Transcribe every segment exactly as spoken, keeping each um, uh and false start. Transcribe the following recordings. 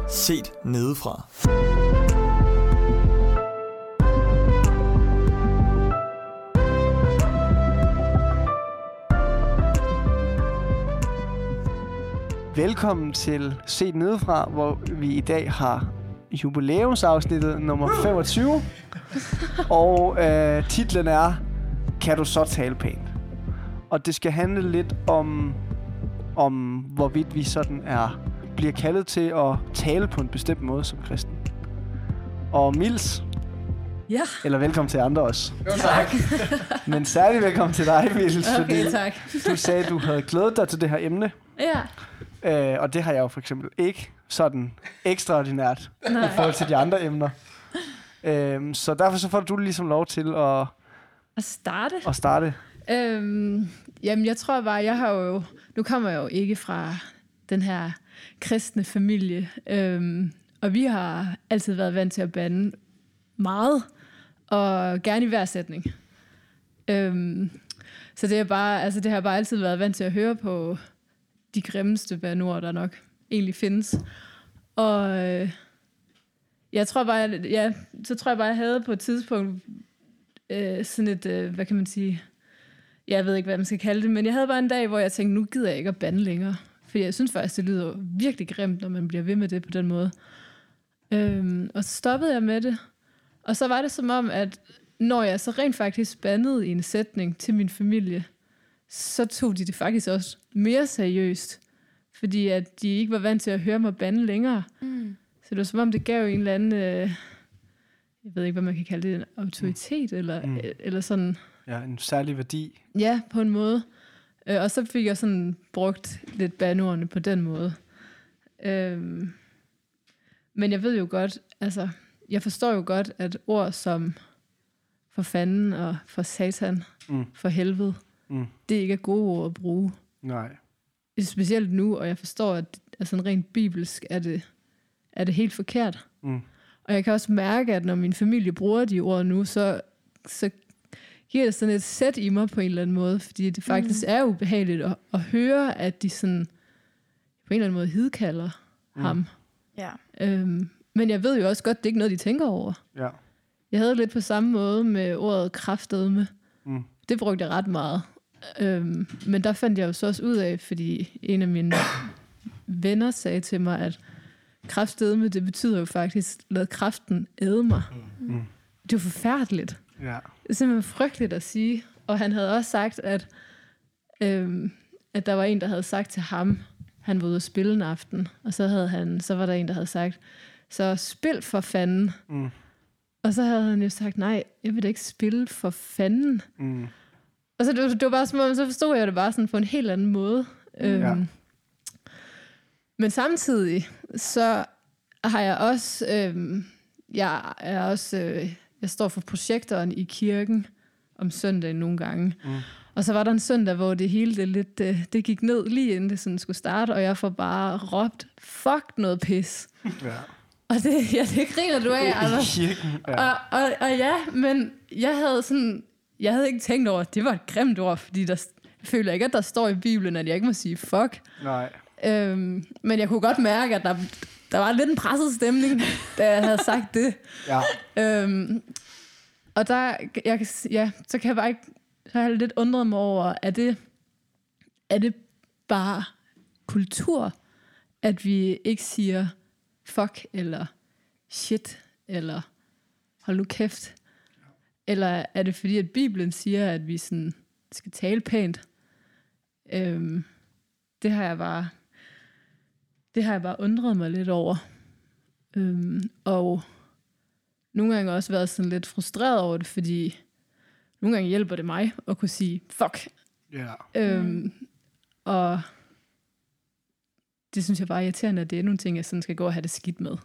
Set nedefra. Velkommen til Set nedefra, hvor vi i dag har jubilæumsafsnittet nummer femogtyve. Og øh, titlen er Kan du så tale pænt? Og det skal handle lidt om, om hvorvidt vi sådan er, bliver kaldet til at tale på en bestemt måde som kristen. Og Mils, ja. Eller velkommen til andre også. Jo, tak. Men særligt velkommen til dig, Mils. Okay, fordi tak. Du sagde, at du havde glædet dig til det her emne. Ja. Øh, og det har jeg jo for eksempel ikke sådan ekstraordinært Nej. i forhold til de andre emner. Øh, så derfor så får du ligesom lov til at, At starte? at starte. Øhm, jamen, jeg tror bare, jeg har jo... Nu kommer jeg jo ikke fra den her kristne familie. Øhm, og vi har altid været vant til at bande meget. Og gerne i hver sætning. Øhm, så det er bare... Altså, det har jeg bare altid været vant til at høre på de grimmeste bandeord, der nok egentlig findes. Og øh, jeg tror bare, ja, så tror jeg bare, jeg havde på et tidspunkt øh, sådan et, øh, hvad kan man sige, jeg ved ikke, hvad man skal kalde det, men jeg havde bare en dag, hvor jeg tænkte, nu gider jeg ikke at bande længere. For jeg synes faktisk, det lyder virkelig grimt, når man bliver ved med det på den måde. Øhm, og så stoppede jeg med det. Og så var det som om, at når jeg så rent faktisk bandede i en sætning til min familie, så tog de det faktisk også mere seriøst. Fordi at de ikke var vant til at høre mig bande længere. Mm. Så det var som om, det gav en eller anden, øh, jeg ved ikke, hvad man kan kalde det, en autoritet, mm. eller, mm. eller sådan. Ja, en særlig værdi. Ja, på en måde. Øh, og så fik jeg sådan brugt lidt bandeordene på den måde. Øhm, men jeg ved jo godt, altså, jeg forstår jo godt, at ord som for fanden og for satan, mm. for helvede, mm. det ikke er gode ord at bruge. Nej. Specielt nu, og jeg forstår, at altså, rent bibelsk er det, er det helt forkert. Mm. Og jeg kan også mærke, at når min familie bruger de ord nu, så, så giver det sådan et sæt i mig på en eller anden måde, fordi det faktisk mm. er ubehageligt at, at høre, at de sådan på en eller anden måde hidkalder mm. ham. Ja. Øhm, men jeg ved jo også godt, det er ikke noget, de tænker over. Ja. Jeg havde lidt på samme måde med ordet kraftedme. Mm. Det brugte jeg ret meget. Øhm, men der fandt jeg jo så også ud af, fordi en af mine venner sagde til mig, at kraftedme, det betyder jo faktisk, lad kraften æde mig. Mm. Det er jo forfærdeligt. Ja. Det er simpelthen frygteligt at sige. Og han havde også sagt, at, øhm, at der var en, der havde sagt til ham, han var ude at spille en aften, og så, havde han, så var der en, der havde sagt, så spil for fanden. Mm. Og så havde han jo sagt, nej, jeg vil da ikke spille for fanden. Mm. Og så det var, det var bare som om, så forstod jeg det bare sådan på en helt anden måde. Øhm, ja. Men samtidig, så har jeg også, øhm, jeg er også, øh, jeg står for projektoren i kirken om søndagen nogle gange. Mm. Og så var der en søndag, hvor det hele det lidt, øh, det gik ned lige inden det sådan skulle starte, og jeg får bare råbt, fuck noget pis. Ja. Og det, ja, det griner du af, altså. Ja. Og, og, og ja, men jeg havde sådan, jeg havde ikke tænkt over, at det var et grimt ord, fordi der, jeg føler ikke, at der står i Bibelen, at jeg ikke må sige fuck. Nej. Øhm, men jeg kunne godt mærke, at der, der var lidt en presset stemning, da jeg havde sagt det. Ja. Øhm, og der, jeg, ja, så kan jeg bare ikke, så har jeg lidt undret mig over, er det, er det bare kultur, at vi ikke siger fuck, eller shit, eller hold nu kæft? Eller er det fordi, at Bibelen siger, at vi sådan skal tale pænt? Øhm, det har jeg bare, det har jeg bare undret mig lidt over. Øhm, og nogle gange også været sådan lidt frustreret over det, fordi nogle gange hjælper det mig at kunne sige fuck. Yeah. Øhm, og det synes jeg bare er irriterende, at det er nogle ting, jeg sådan skal gå og have det skidt med.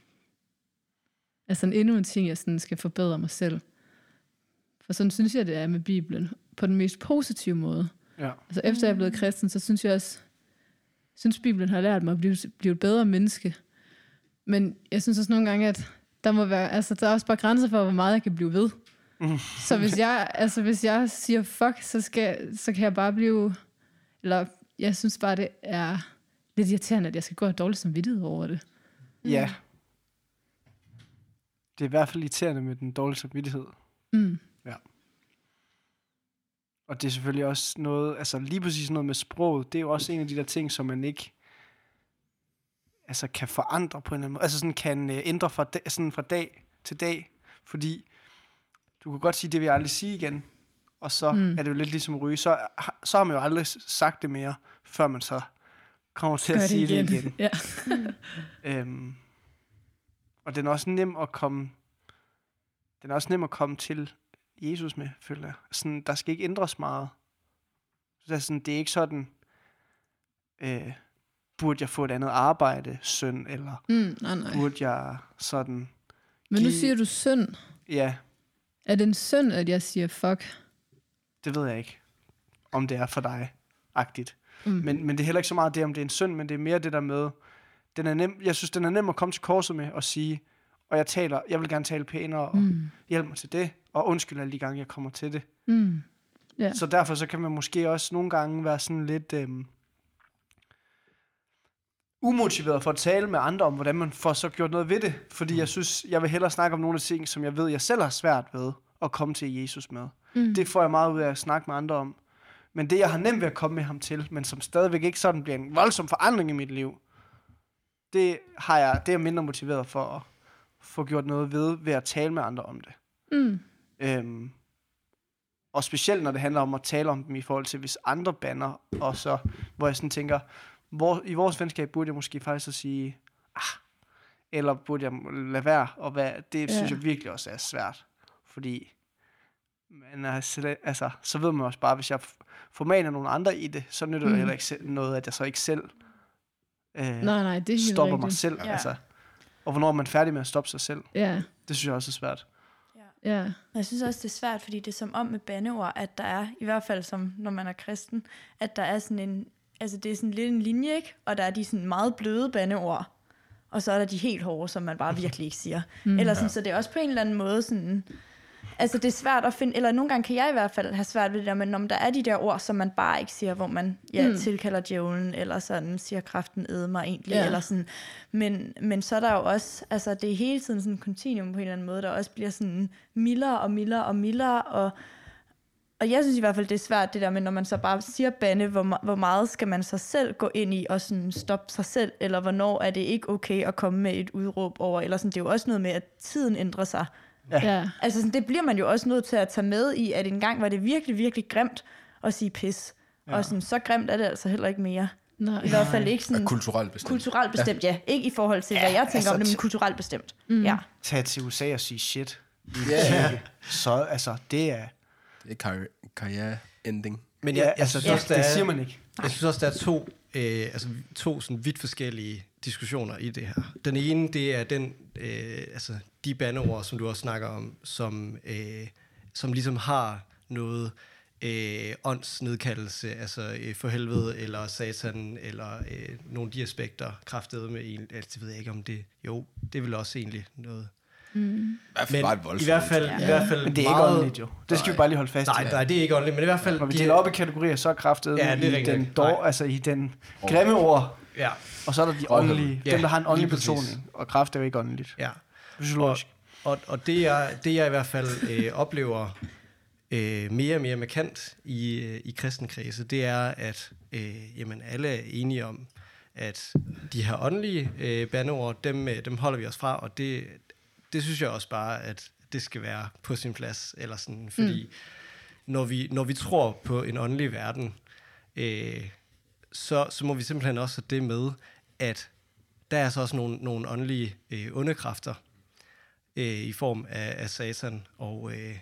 Altså endnu en ting, jeg sådan skal forbedre mig selv. For sådan synes jeg, det er med Bibelen. På den mest positive måde. Ja. Altså efter jeg er blevet kristen, så synes jeg også, synes Bibelen har lært mig at blive, blive et bedre menneske. Men jeg synes også nogle gange, at der må være, altså der er også bare grænser for, hvor meget jeg kan blive ved. Mm. Så hvis jeg, altså hvis jeg siger fuck, så, skal, så kan jeg bare blive, eller jeg synes bare, det er lidt irriterende, at jeg skal gå og have dårlig samvittighed over det. Ja. Det er i hvert fald irriterende med den dårlige samvittighed. Mm. Ja. Og det er selvfølgelig også noget, altså lige præcis noget med sproget, det er jo også en af de der ting, som man ikke altså kan forandre på en eller anden måde. Altså sådan kan uh, ændre fra, da, sådan fra dag til dag, fordi du kan godt sige, det vil jeg aldrig sige igen, og så mm. er det jo lidt ligesom at ryge. Så, så har man jo aldrig sagt det mere, før man så kommer til Gør at sige det igen. Det igen. Ja. øhm, og den er også nem at komme, den er også nem at komme til Jesus med, føler jeg. Sådan, der skal ikke ændres meget. Så det, er sådan, det er ikke sådan, øh, burde jeg få et andet arbejde, søn, eller Mm, nej, nej. burde jeg sådan... Men give... nu siger du synd. Ja. Er det en synd, at jeg siger fuck? Det ved jeg ikke, om det er for dig, agtigt. Mm. Men, men det er heller ikke så meget det, om det er en synd, men det er mere det der med, den er nem, jeg synes, den er nem at komme til korset med og sige, og jeg taler, jeg vil gerne tale pænere, og mm. hjælpe mig til det, og undskyld alle de gange, jeg kommer til det. Mm. Yeah. Så derfor så kan man måske også nogle gange være sådan lidt øhm, umotiveret for at tale med andre om, hvordan man får så gjort noget ved det. Fordi mm. jeg synes, jeg vil hellere snakke om nogle af de ting, som jeg ved, jeg selv har svært ved at komme til Jesus med. Mm. Det får jeg meget ud af at snakke med andre om. Men det, jeg har nemt ved at komme med ham til, men som stadigvæk ikke sådan bliver en voldsom forandring i mit liv, det, har jeg, det er jeg mindre motiveret for at få gjort noget ved, ved at tale med andre om det. Mm. Øhm, og specielt når det handler om at tale om dem i forhold til, hvis andre banner, og så, hvor jeg sådan tænker, hvor, i vores venskab burde jeg måske faktisk at sige, ah, eller burde jeg lade være, og hvad, det ja. synes jeg virkelig også er svært, fordi man er selv, altså, så ved man også bare, hvis jeg formaner nogle andre i det, så nytter mm. det heller ikke selv, noget, at jeg så ikke selv øh, nej, nej, det er stopper rigtigt. mig selv. Ja. Altså. Og hvornår er man færdig med at stoppe sig selv? Ja. Det synes jeg også er svært. Ja. Ja. Jeg synes også, det er svært, fordi det er som om med bandeord, at der er, i hvert fald som når man er kristen, at der er sådan en, altså det er sådan lidt en linje, ikke? Og der er de sådan meget bløde bandeord, og så er der de helt hårde, som man bare virkelig ikke siger. Mm. Eller sådan, ja. Så det er også på en eller anden måde sådan, altså det er svært at finde, eller nogle gange kan jeg i hvert fald have svært ved det der, men når der er de der ord, som man bare ikke siger, hvor man ja, mm. tilkalder djævlen, eller sådan siger kraften æde mig egentlig, ja. Eller sådan, men, men så er der jo også, altså det er hele tiden sådan en continuum på en eller anden måde, der også bliver sådan mildere og mildere og mildere, og, og jeg synes i hvert fald, det er svært det der med, når man så bare siger bande, hvor, hvor meget skal man så selv gå ind i og sådan stoppe sig selv, eller hvornår er det ikke okay at komme med et udråb over, eller sådan, det er jo også noget med, at tiden ændrer sig. Ja. Altså sådan, det bliver man jo også nødt til at tage med i, at engang var det virkelig, virkelig grimt at sige pis. Ja. Og sådan, så grimt er det altså heller ikke mere. Nej. I hvert fald ikke sådan... Kulturelt bestemt. Kulturelt bestemt, ja. ja. Ikke i forhold til, hvad ja, jeg tænker altså, om det, men kulturelt bestemt. Mm. Ja. Tag til U S A og sige shit. Ja. Yeah. Så altså, det er... Det er karri- karriere-ending. Men ja, altså, det, det, det siger man ikke. Jeg synes også, der er to, øh, altså, to sådan vidt forskellige diskussioner i det her. Den ene, det er den, øh, altså, de bandeord, som du også snakker om, som, øh, som ligesom har noget øh, åndsnedkaldelse, altså øh, for helvede, eller satan, eller øh, nogle af de aspekter, kraftede med en, altså, det ved jeg ikke om det, jo, det er vel også egentlig noget. Mm. I hvert fald bare et voldsomt. I hvert fald, ja. i hvert fald men det er ikke åndeligt jo. Det skal nej. vi bare lige holde fast nej, i. Nej, det er ikke åndeligt, men i hvert fald... Når vi deler op i kategorier, så er kraftet ja, det er i, den dår, altså i den grimme ord. Ja. Og så er der de åndelige, ja, dem der har en åndelig betoning. Og kraft er jo ikke åndeligt. Ja. Og, og, og det, jeg, det jeg i hvert fald øh, oplever øh, mere og mere markant i, øh, i kristenkredse, det er, at øh, jamen, alle er enige om, at de her åndelige øh, bandeord, dem, dem holder vi os fra, og det... Det synes jeg også bare, at det skal være på sin plads, eller sådan, fordi mm. når, vi, når vi tror på en åndelig verden, øh, så, så må vi simpelthen også have det med, at der er så også nogle, nogle åndelige øh, ondekræfter øh, i form af, af satan, og, øh,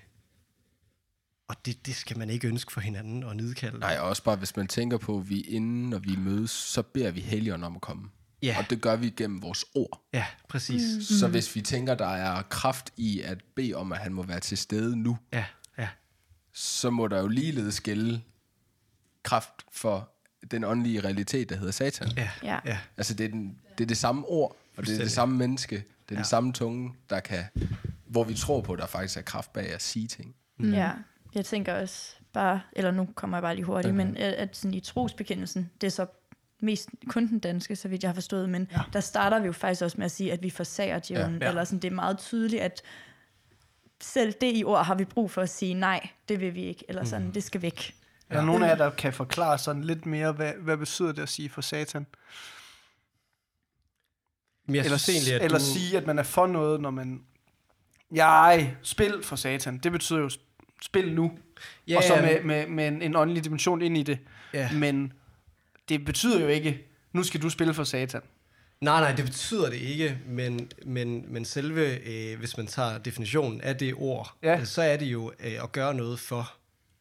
og det, det skal man ikke ønske for hinanden at nedkalde. Nej, også bare hvis man tænker på, at vi inden, når vi mødes, så beder vi Helligånden om at komme. Ja. Og det gør vi gennem vores ord. Ja, præcis. Mm. Så hvis vi tænker, der er kraft i at bede om, at han må være til stede nu, ja. Ja. så må der jo ligeledes gælde kraft for den åndelige realitet, der hedder Satan. Ja. Ja. Ja. Altså det er, den, det er det samme ord, og det er det samme menneske, det er ja. den samme tunge, der kan, hvor vi tror på, at der faktisk er kraft bag at sige ting. Mm. Ja, jeg tænker også bare, eller nu kommer jeg bare lige hurtigt, okay. men at, at sådan i trosbekendelsen, det er så mest kun den danske, så vidt jeg har forstået, men ja. der starter vi jo faktisk også med at sige, at vi forsager djævlen, ja. Ja. eller sådan, det er meget tydeligt, at selv det i ord har vi brug for at sige, nej, det vil vi ikke, eller sådan, mm. det skal væk. Er der nogen af jer, der kan forklare sådan lidt mere, hvad, hvad betyder det at sige for satan? Eller, egentlig, at eller du... sige, at man er for noget, når man... Jeg spil for satan. Det betyder jo spil nu. Yeah, og så med, med, med en, en åndelig dimension ind i det. Yeah. Men det betyder jo ikke, nu skal du spille for satan. Nej, nej, det betyder det ikke. Men, men, men selve, øh, hvis man tager definitionen af det ord, yeah. øh, så er det jo øh, at gøre noget for,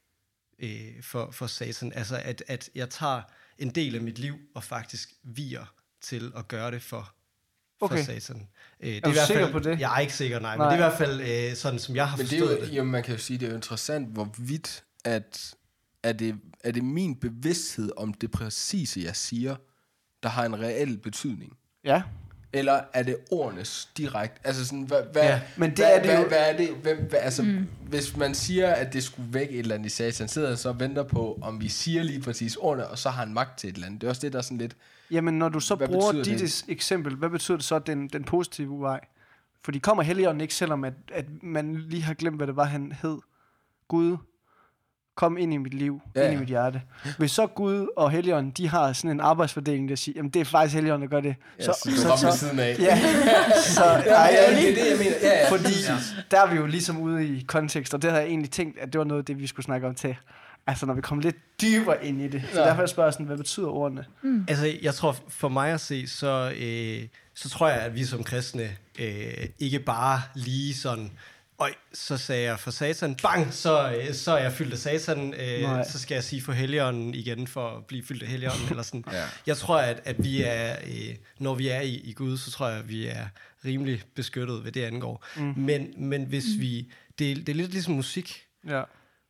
øh, for, for satan. Altså, at, at jeg tager en del af mit liv og faktisk viger til at gøre det for Okay. for satan. Øh, det er du i hvert fald, sikker på det? Jeg er ikke sikker, nej, nej. Men det er i hvert fald øh, sådan, som jeg har men forstået det. Er jo, jamen, man kan jo sige, det er jo interessant, hvorvidt at er det, er det min bevidsthed om det præcise, jeg siger, der har en reel betydning? Ja. Eller er det ordenes direkte? Altså sådan, hvad, hvad, ja, men det hvad, er det hvad, jo... hvad er det? Hvem, hvad, altså, mm. hvis man siger, at det skulle væk et eller andet i satan, sidder jeg så og venter på, om vi siger lige præcis ordene, og så har han magt til et eller andet. Det er også det, der er sådan lidt... Jamen, når du så hvad bruger dit eksempel, hvad betyder det så, den, den positive vej? For de kommer Helligånden ikke, selvom at, at man lige har glemt, hvad det var, han hed. Gud, kom ind i mit liv, ja, ind i mit hjerte. Hvis så Gud og Helligånden, de har sådan en arbejdsfordeling, der siger, jamen det er faktisk Helligånden, der gør det. Ja, så, så, så, så, siden af. Ja, så, ja, ja, det er det, jeg mener. Ja, ja. Fordi ja. der er vi jo ligesom ude i kontekst, og det havde jeg egentlig tænkt, at det var noget af det, vi skulle snakke om til. Altså, når vi kommer lidt dybere ind i det. Så ja. derfor spørger jeg sådan, hvad betyder ordene? Mm. Altså, jeg tror, for mig at se, så, øh, så tror jeg, at vi som kristne øh, ikke bare lige sådan, øj, så sagde jeg for satan, bang, så, øh, så er jeg fyldt af satan, øh, så skal jeg sige for Helligånden igen, for at blive fyldt af Helligånden, eller sådan. Ja. Jeg tror, at, at vi er, øh, når vi er i, i Gud, så tror jeg, at vi er rimelig beskyttet, ved det angår. Mm. Men, men hvis mm. vi, det, det er lidt ligesom musik. Ja.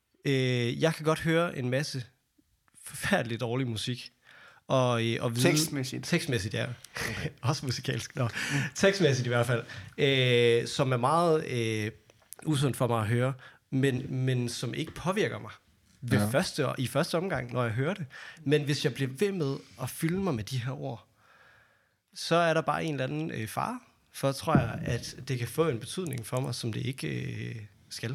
Øh, jeg kan godt høre en masse forfærdeligt dårlig musik. Og, øh, og vide, tekstmæssigt. Tekstmæssigt, ja. Okay. Også musikalsk. Nå. Mm. Tekstmæssigt i hvert fald. Øh, som er meget øh, usundt for mig at høre, men, men som ikke påvirker mig ved ja. første, i første omgang, når jeg hører det. Men hvis jeg bliver ved med at fylde mig med de her ord, så er der bare en eller anden øh, fare. For tror jeg, at det kan få en betydning for mig, som det ikke øh, skal.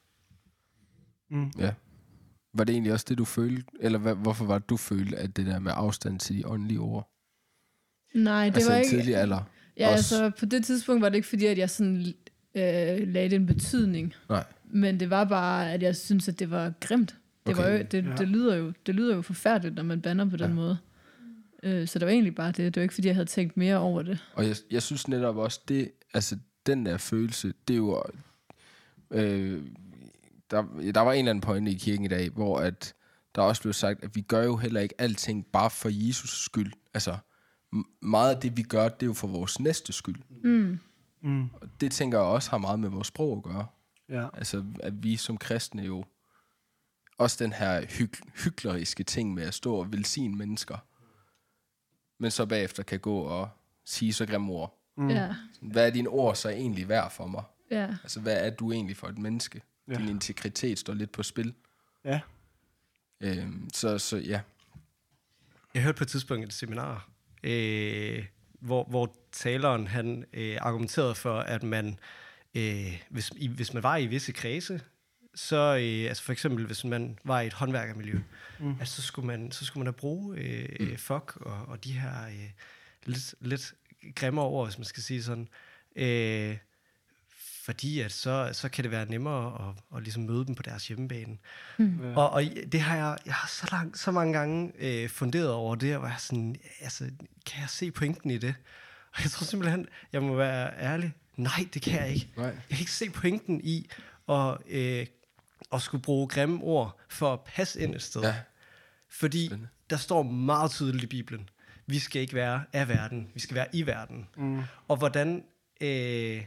Mm. Ja. Var det egentlig også det, du følte? Eller hvad, hvorfor var det, du følte, at det der med afstand til de åndelige ord? Nej, det altså var en ikke... tidlig alder? Ja, også. Altså på det tidspunkt var det ikke fordi, at jeg sådan øh, lagde en betydning. Nej. Men det var bare, at jeg synes at det var grimt. Det, okay. var jo, det, ja. det, lyder jo, det lyder jo forfærdeligt, når man bander på den ja. måde. Øh, så det var egentlig bare det. Det var ikke fordi, jeg havde tænkt mere over det. Og jeg, jeg synes netop også, det, altså den der følelse, det er jo... Øh, Der, der var en eller anden pointe i kirken i dag, hvor at der også blev sagt, at vi gør jo heller ikke alting bare for Jesus skyld. Altså, meget af det, vi gør, det er jo for vores næste skyld. Mm. Mm. Og det tænker jeg også har meget med vores sprog at gøre. Ja. Altså, at vi som kristne jo, også den her hyg- hykleriske ting med at stå og velsigne mennesker, men så bagefter kan gå og sige så grimme ord. Mm. Ja. Hvad er dine ord så egentlig værd for mig? Ja. Altså, hvad er du egentlig for et menneske? Ja. Din integritet står lidt på spil. Ja. Øhm, så, så ja. Jeg hørte på et tidspunkt et seminar, øh, hvor, hvor taleren han øh, argumenterede for, at man, øh, hvis, i, hvis man var i visse kredse, så øh, altså for eksempel hvis man var i et håndværkermiljø, mm. altså, så skulle man så skulle man da bruge øh, mm. fuck og, og de her øh, lidt, lidt grimmere ord, hvis man skal sige sådan. Øh, Fordi at så, så kan det være nemmere at, at ligesom møde dem på deres hjemmebane. Mm. Ja. Og, og det har jeg, jeg har så, lang, så mange gange øh, funderet over det, og var sådan, altså, kan jeg se pointen i det? Og jeg tror simpelthen, jeg må være ærlig, nej, det kan jeg ikke. Nej. Jeg kan ikke se pointen i at, øh, at skulle bruge grimme ord for at passe ind et sted. Ja. Fordi Spændende. Der står meget tydeligt i Bibelen, vi skal ikke være af verden, vi skal være i verden. Mm. Og hvordan... Øh,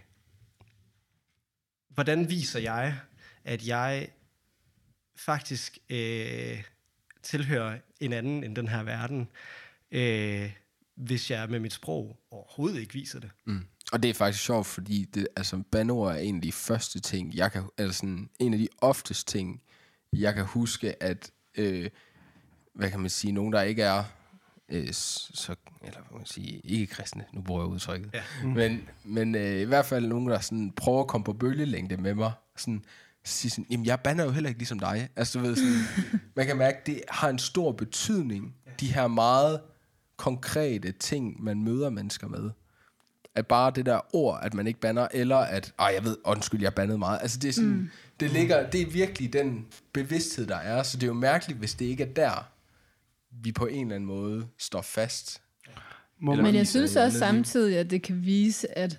Hvordan viser jeg, at jeg faktisk øh, tilhører en anden end den her verden, øh, hvis jeg med mit sprog overhovedet ikke viser det? Mm. Og det er faktisk sjovt, fordi det, altså, bandeord er en af de første ting, jeg kan, altså sådan, en af de ofteste ting, jeg kan huske, at, øh, hvad kan man sige, nogen der ikke er øh, så, eller hvad man sige, ikke kristne, nu bruger jeg udtrykket, Ja. mm. men, men øh, i hvert fald nogen, der sådan prøver at komme på bølgelængde med mig, sådan, sige sådan, jamen jeg bander jo heller ikke ligesom dig. Altså du ved sådan, man kan mærke, det har en stor betydning, de her meget konkrete ting, man møder mennesker med. At bare det der ord, at man ikke bander, eller at, ej jeg ved, undskyld, jeg bandede meget. Altså det er sådan, mm. det ligger, det er virkelig den bevidsthed, der er, så det er jo mærkeligt, hvis det ikke er der, vi på en eller anden måde står fast. Eller men jeg synes også samtidig, at det kan vise, at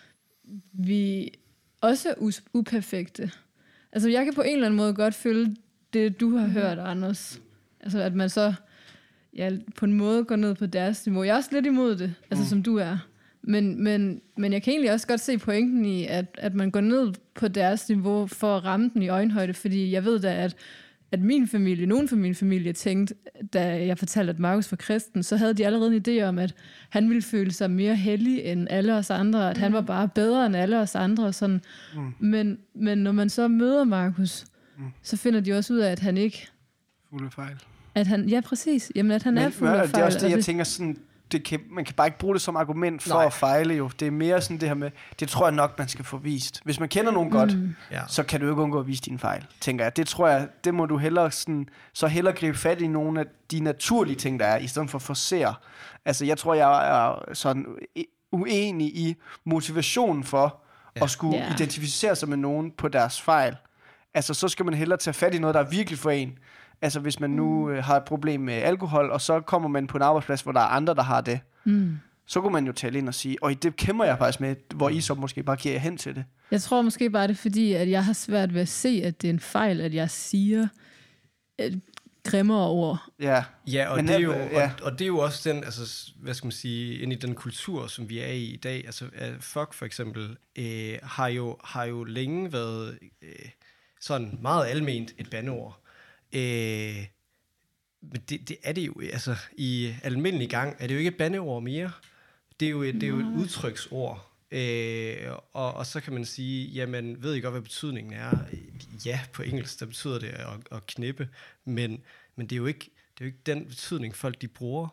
vi også er us- uperfekte. Altså jeg kan på en eller anden måde godt føle det, du har hørt, Anders. Altså at man så ja, på en måde går ned på deres niveau. Jeg er også lidt imod det, altså mm. som du er. Men, men, men jeg kan egentlig også godt se pointen i, at, at man går ned på deres niveau for at ramme den i øjenhøjde, fordi jeg ved da, at, at min familie, nogen fra min familie tænkte, da jeg fortalte, at Markus var kristen, så havde de allerede en idé om, at han ville føle sig mere hellig end alle os andre, at mm. han var bare bedre end alle os andre. Sådan. Mm. Men, men når man så møder Markus, mm. så finder de også ud af, at han ikke... Fuld af fejl. At han, ja, præcis. Jamen, at han men, er fuld af fejl. Det er også det, jeg tænker sådan... Det kan, man kan bare ikke bruge det som argument for Nej. at fejle jo. Det er mere sådan det her med, det tror jeg nok, man skal få vist. Hvis man kender nogen godt, mm. så kan du ikke undgå at vise dine fejl, tænker jeg. Det tror jeg, det må du hellere sådan, så hellere gribe fat i nogle af de naturlige ting, der er, i stedet for at forsere. Altså, jeg tror, jeg er sådan uenig i motivationen for ja. at skulle yeah. identificere sig med nogen på deres fejl. Altså, så skal man hellere tage fat i noget, der er virkelig for en. Altså hvis man nu øh, har et problem med alkohol, og så kommer man på en arbejdsplads, hvor der er andre, der har det, mm. så kunne man jo tale ind og sige, og det kæmper jeg faktisk med, hvor I så måske bare giver hen til det. Jeg tror måske bare, det er fordi, at jeg har svært ved at se, at det er en fejl, at jeg siger et grimmere ord. Ja, ja, og, det er jo, ja. Og, og det er jo også den, altså, hvad skal man sige, ind i den kultur, som vi er i i dag. Altså fuck for eksempel, øh, har, jo, har jo længe været øh, sådan meget alment et bandeord. Øh, men det, det er det jo, altså i almindelig gang er det jo ikke et bandeord mere. Det er jo et, det er jo et udtryksord. Øh, og, og så kan man sige, jamen ved I godt, hvad betydningen er? Ja, på engelsk, der betyder det at, at knippe, men, men det er jo ikke, det er jo ikke den betydning, folk de bruger.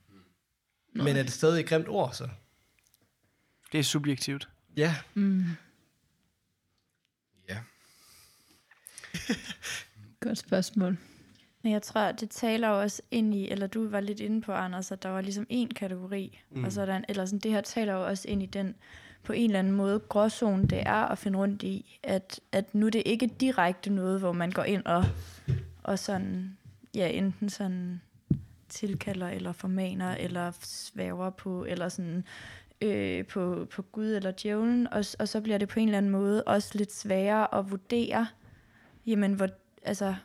Nej. Men er det stadig et grimt ord, så? Det er subjektivt. Ja. Mm. Ja. Godt spørgsmål. Men jeg tror, det taler jo også ind i, eller du var lidt inde på, Anders, at der var ligesom en kategori, mm. og sådan, eller sådan, det her taler jo også ind i den, på en eller anden måde, gråzone, det er at finde rundt i, at, at nu det ikke direkte noget, hvor man går ind og, og sådan, ja, enten sådan tilkalder, eller formaner, eller sværger på, eller sådan, øh, på, på Gud eller djævlen, og, og så bliver det på en eller anden måde også lidt sværere at vurdere, jamen, hvor, altså,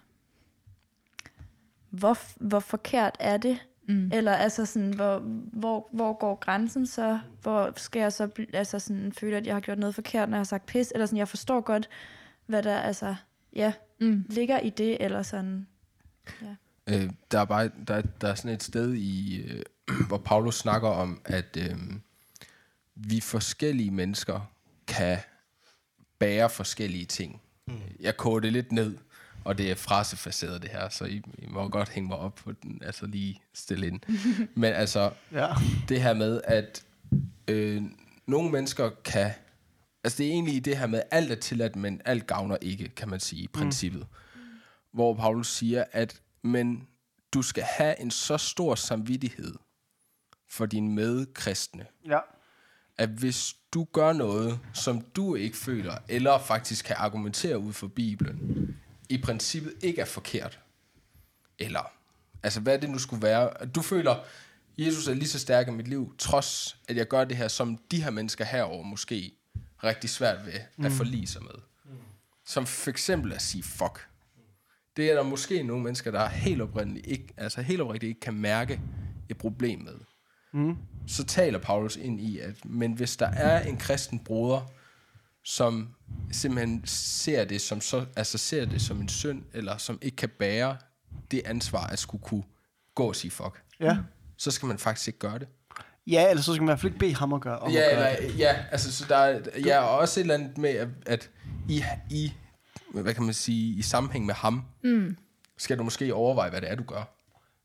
hvor, hvor forkert er det? Mm. Eller altså sådan, hvor, hvor, hvor går grænsen så? Hvor skal jeg så altså sådan, føle, at jeg har gjort noget forkert, når jeg har sagt pis? Eller sådan, jeg forstår godt, hvad der altså, ja, mm. ligger i det, eller sådan, ja. Øh, der er bare, der, der er sådan et sted i, øh, hvor Paulus snakker om, at øh, vi forskellige mennesker kan bære forskellige ting. Mm. Jeg koger det lidt ned, og det er frasefaseret det her, så I, I må godt hænge mig op på den, altså lige stille ind. Men altså, ja. det her med, at øh, nogle mennesker kan, altså det er egentlig det her med, alt er tilladt, men alt gavner ikke, kan man sige, i princippet. Mm. Hvor Paulus siger, at men du skal have en så stor samvittighed for dine medkristne, ja. at hvis du gør noget, som du ikke føler, eller faktisk kan argumentere ud for Bibelen, i princippet ikke er forkert, eller, altså hvad det nu skulle være, du føler, Jesus er lige så stærk i mit liv, trods at jeg gør det her, som de her mennesker herover måske rigtig svært ved at mm. forlige sig med. Mm. Som for eksempel at sige fuck. Det er der måske nogle mennesker, der helt oprigtigt ikke, altså helt oprigtigt ikke kan mærke et problem med. Mm. Så taler Paulus ind i, at men hvis der er en kristen broder, som simpelthen ser det som så, altså ser det som en synd, eller som ikke kan bære det ansvar at skulle kunne gå og sige fuck, ja. så skal man faktisk ikke gøre det. Ja, eller så skal man i hvert fald ikke bede ham at gøre, om ja, at gøre eller, det. Ja, altså så der er ja, også et eller andet med, at, at i, i hvad kan man sige, i sammenhæng med ham, mm. skal du måske overveje, hvad det er, du gør.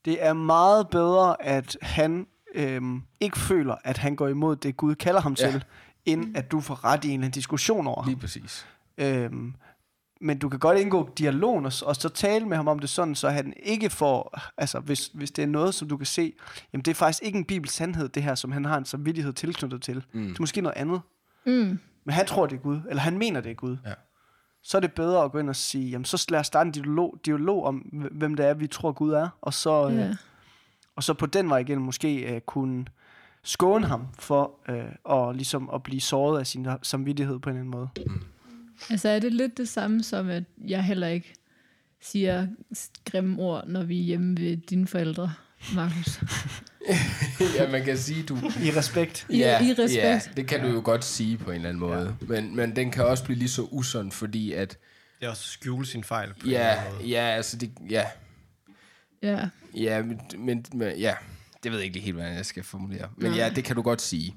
Det er meget bedre, at han øhm, ikke føler, at han går imod det, Gud kalder ham Ja. til, end at du får ret i en eller anden diskussion over ham. Lige præcis. Øhm, men du kan godt indgå dialogen og, og så tale med ham om det sådan, så han ikke får, altså hvis, hvis det er noget, som du kan se, jamen det er faktisk ikke en bibelsk sandhed, det her, som han har en samvittighed tilknyttet til. Mm. Det er måske noget andet. Mm. Men han tror, det er Gud, eller han mener, det er Gud. Ja. Så er det bedre at gå ind og sige, jamen så lad os starte en dialog, dialog om, hvem det er, vi tror, Gud er. Og så, Ja. øh, og så på den vej igen måske øh, kunne skåne ham for øh, og ligesom at blive såret af sin samvittighed på en eller anden måde. Altså er det lidt det samme som, at jeg heller ikke siger grimme ord, når vi er hjemme ved dine forældre, Markus? Ja, man kan sige, du... I respekt. I- ja, i respekt. Ja, det kan du jo godt sige på en eller anden måde. Ja. Men, men den kan også blive lige så usund, fordi at... Det er også at skjule sin fejl på en Ja, eller anden måde. ja, altså det... Ja, Ja. ja, men, men, men ja... Det ved jeg ikke lige helt, hvordan jeg skal formulere. Men ja, det kan du godt sige.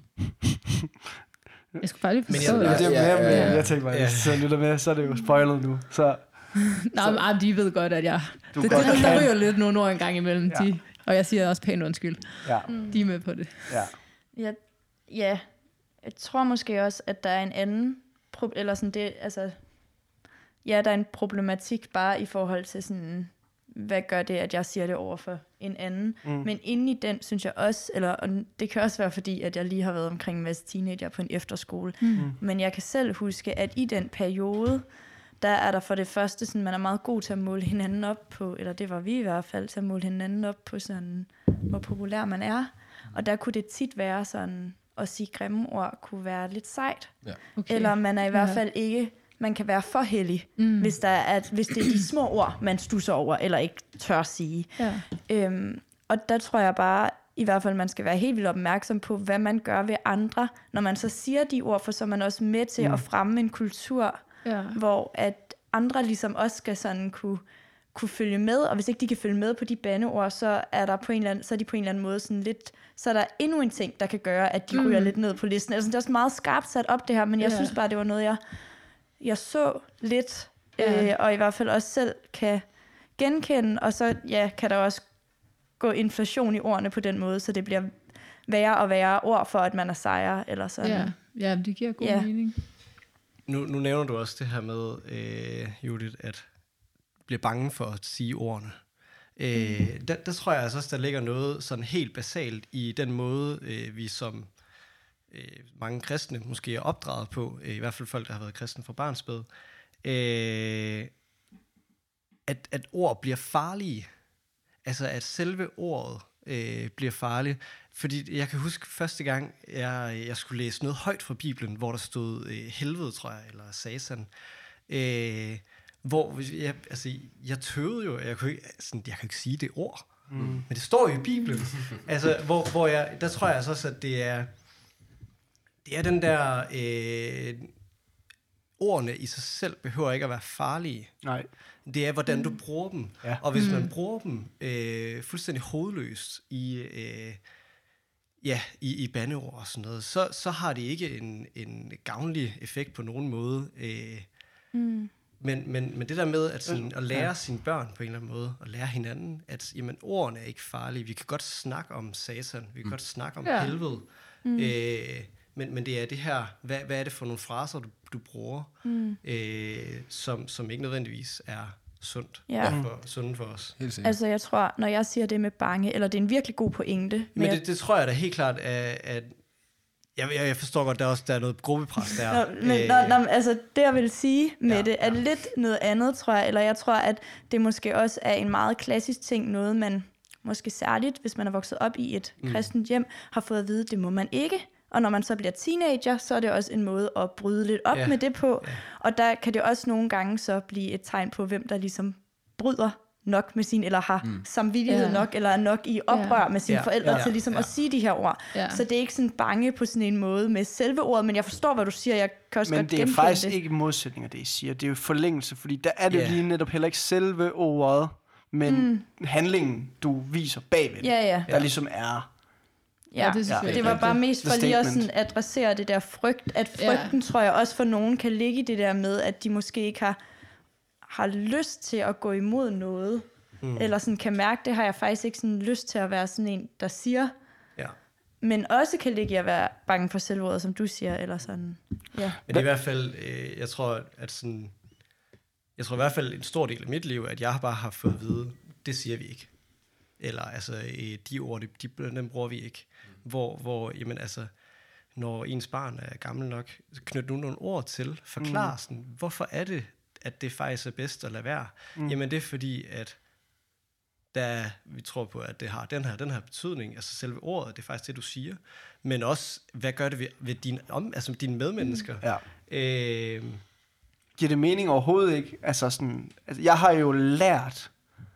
Jeg skulle bare lige Men forstå jeg- det. Ja, det er Ja, mere, ja, ja, ja. jeg tænker mig, Ja. hvis jeg lytter med, så er det jo spoilet nu. Så Nej, men ah, de ved godt, at jeg... Du Det, godt det, kan. der ryger lidt nogle ord en gang imellem. Ja. De, og jeg siger også pænt undskyld. ja, De er med på det. ja. Ja, ja, jeg tror måske også, at der er en anden, pro- eller sådan det, altså, ja, der er en problematik bare i forhold til sådan, hvad gør det, at jeg siger det over for en anden. Mm. Men inde i den, synes jeg også, eller og det kan også være fordi, at jeg lige har været omkring en masse teenager på en efterskole, Mm. men jeg kan selv huske, at i den periode, der er der for det første, sådan, man er meget god til at måle hinanden op på, eller det var vi i hvert fald, til at måle hinanden op på sådan, hvor populær man er. Og der kunne det tit være sådan, at sige grimme ord kunne være lidt sejt. Okay. Eller man er i hvert Ja. fald ikke, man kan være for heldig, Mm. hvis, der er, hvis det er de små ord, man stusser over, eller ikke tør sige. Ja. Øhm, og der tror jeg bare, i hvert fald, man skal være helt vildt opmærksom på, hvad man gør ved andre, når man så siger de ord, for så er man også med til Mm. at fremme en kultur, Ja. hvor at andre ligesom også skal sådan kunne, kunne følge med, og hvis ikke de kan følge med på de bandeord, så er der på en eller anden, så er de på en eller anden måde sådan lidt, så er der endnu en ting, der kan gøre, at de Mm. mm. ryger lidt ned på listen. Altså, det er også meget skarpt sat op det her, men jeg Ja. synes bare, det var noget, jeg, jeg så lidt, Ja. øh, og i hvert fald også selv kan genkende, og så ja, kan der også gå inflation i ordene på den måde, så det bliver værre og værre ord for, at man er sejre, eller sådan. Ja. Ja, det giver god Ja. mening. Nu, nu nævner du også det her med, øh, Judith, at blive bange for at sige ordene. Øh, der, der tror jeg altså også, der ligger noget sådan helt basalt i den måde, øh, vi som øh, mange kristne måske er opdraget på, øh, i hvert fald folk, der har været kristne fra barnsbed, øh, at, at ord bliver farlige. Altså at selve ordet øh, bliver farligt. Fordi jeg kan huske første gang, jeg, jeg skulle læse noget højt fra Bibelen, hvor der stod øh, helvede, tror jeg, eller satan. Øh, hvor hvis jeg, altså, jeg tøvede jo, jeg kunne ikke, sådan, jeg kan ikke sige det ord, mm. men det står jo i Bibelen. Altså, hvor, hvor jeg, der tror jeg altså også, at det er, det er den der, øh, ordene i sig selv behøver ikke at være farlige. Nej. Det er, hvordan du bruger dem. Ja. Og hvis man bruger dem øh, fuldstændig hovedløst i, øh, ja, i, i bandeord og sådan noget, så, så har det ikke en, en gavnlig effekt på nogen måde. Øh, Mm. men, men, men det der med at, sådan, at lære sine børn på en eller anden måde, og lære hinanden, at jamen, ordene er ikke farlige. Vi kan godt snakke om satan, vi kan mm. godt snakke om Ja. helvede. Mm. Øh, men, men det er det her, hvad, hvad er det for nogle fraser, du, du bruger, Mm. øh, som, som ikke nødvendigvis er sundt Ja. for, sundt for os. Helt sikkert. Altså, jeg tror, når jeg siger det med bange, eller det er en virkelig god pointe. Men jeg, det, det tror jeg da helt klart, at, at jeg, jeg forstår godt, der er også der er noget gruppepres der. Nå, men, øh, nå, nå, altså, det jeg vil sige med Ja, ja, det, er ja. lidt noget andet, tror jeg. Eller jeg tror, at det måske også er en meget klassisk ting, noget man måske særligt, hvis man er vokset op i et Mm. kristent hjem, har fået at vide, det må man ikke. Og når man så bliver teenager, så er det også en måde at bryde lidt op Ja. med det på. Ja. Og der kan det også nogle gange så blive et tegn på, hvem der ligesom bryder nok med sin, eller har mm. samvittighed Ja. nok, eller er nok i oprør Ja. med sine Ja. forældre Ja. til ligesom Ja. at sige de her ord. Ja. Så det er ikke sådan bange på sådan en måde med selve ordet, men jeg forstår, hvad du siger. Jeg kan også Men godt det er genkende faktisk det. ikke modsætninger, det I siger. Det er jo forlængelse, fordi der er det jo Ja. lige netop heller ikke selve ordet, men mm. handlingen, du viser bagved det, Ja, ja. der ligesom er... Ja, Ja, det det, synes jeg det er var rigtigt. bare mest for The lige at statement. sådan adressere det der frygt. At Ja. frygten, tror jeg, også for nogen kan ligge i det der med, at de måske ikke har, har lyst til at gå imod noget. mm. eller sådan kan mærke, det har jeg faktisk ikke sådan lyst til at være sådan en, der siger, Ja. men også kan ligge i at være bange for selvordet, som du siger, eller sådan. Ja. Men det er i hvert fald, øh, jeg tror, at sådan, jeg tror i hvert fald en stor del af mit liv, at jeg bare har fået at vide, det siger vi ikke. Eller altså, øh, de ord, de, de, dem bruger vi ikke. Hvor, hvor, jamen altså, når ens barn er gammel nok, så knyt nu nogle ord til, forklar mm. sådan, hvorfor er det, at det faktisk er bedst at lade være? Mm. Jamen det er fordi, at der, vi tror på, at det har den her, den her betydning, altså selve ordet, det er faktisk det, du siger, men også, hvad gør det ved, ved dine, om, altså dine medmennesker? Ja. Øh, Giver det mening overhovedet ikke? Altså sådan, altså jeg har jo lært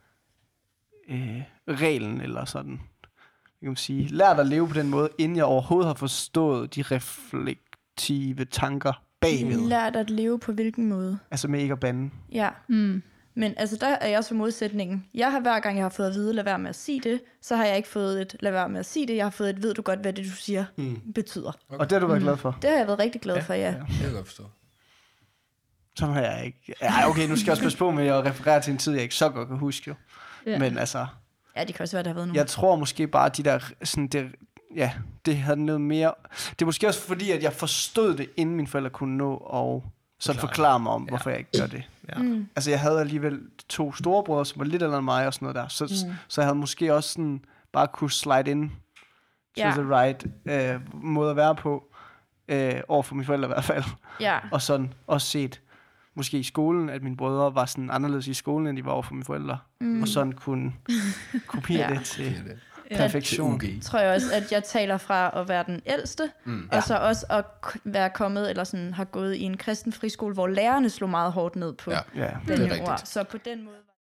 øh, reglen, eller sådan, jeg kan sige, lært at leve på den måde, inden jeg overhovedet har forstået de reflektive tanker bagved. Lært at leve på hvilken måde? Altså med ikke at bande. Ja. Mm. Men altså, der er jeg så modsætningen. Jeg har hver gang, jeg har fået at vide, lad være med at sige det, så har jeg ikke fået et, lad være med at sige det. Jeg har fået et, ved du godt, hvad det, du siger, mm. betyder. Okay. Og det har du været glad for? Det har jeg været rigtig glad for, ja. ja. Det kan jeg godt forstå. Sådan har jeg ikke. Ja, okay, nu skal jeg også passe på med at referere til en tid, jeg ikke så godt kan huske jo. Ja. Men altså, Ja, det kan også være, der har været nu. jeg tror måske bare, de der, sådan det, ja, det havde noget mere. Det er måske også fordi, at jeg forstod det, inden mine forældre kunne nå og sådan forklare mig om, hvorfor ja. jeg ikke gør det. ja. Mm. Altså, jeg havde alligevel to storebrødre, som var lidt ældre end mig og sådan noget der. Så, mm. så jeg havde måske også sådan bare kunne slide ind to Ja. the right øh, måde at være på, øh, over for mine forældre i hvert fald. Ja. Og sådan også set, måske i skolen, at mine brødre var sådan anderledes i skolen, end de var over for mine forældre. Mm. Og sådan kunne kopiere Ja. det til Det er det. perfektion. Til U G. Tror jeg også, at jeg taler fra at være den ældste, mm. og så også at k- være kommet, eller sådan har gået i en kristen friskole, hvor lærerne slog meget hårdt ned på Ja, Ja. det er den rigtigt. ord. Så på den måde var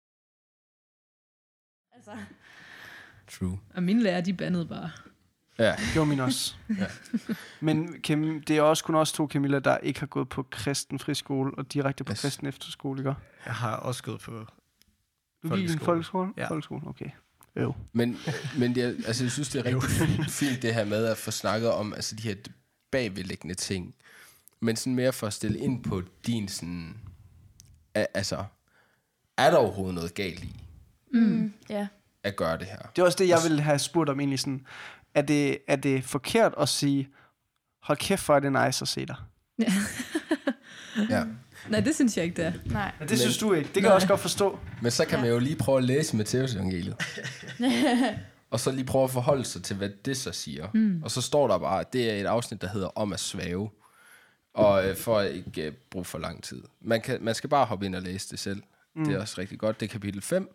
altså, True. Og mine lærer, de bandede bare. Ja. Det gjorde min også. Ja. Men Kim, det er også kun også to Camilla, der ikke har gået på kristen friskole og direkte på Yes. kristen efterskole, ikke? Jeg har også gået på Du gik i en Folkeskole. folkeskole? Ja. Folkeskole, okay. Jo. Men, men det, er- altså, jeg synes, det er rigtig fint det her med at få snakket om altså, de her bagvedliggende ting. Men sådan mere for at stille ind på din sådan... a- Altså, er der overhovedet noget galt i mm. ja. at gøre det her? Det er også det, jeg ville have spurgt om egentlig sådan. Er det, er det forkert at sige, hold kæft, for er det nice at se dig? Ja. Nej, det synes jeg ikke, det er. Nej. Men det synes du ikke. Det kan jeg også godt forstå. Men så kan man jo lige prøve at læse Matteus evangeliet. Og så lige prøve at forholde sig til, hvad det så siger. Mm. Og så står der bare, at det er et afsnit, der hedder Om at svæve. Og øh, for at ikke øh, bruge for lang tid. Man, kan, man skal bare hoppe ind og læse det selv. Mm. Det er også rigtig godt. Det er kapitel fem.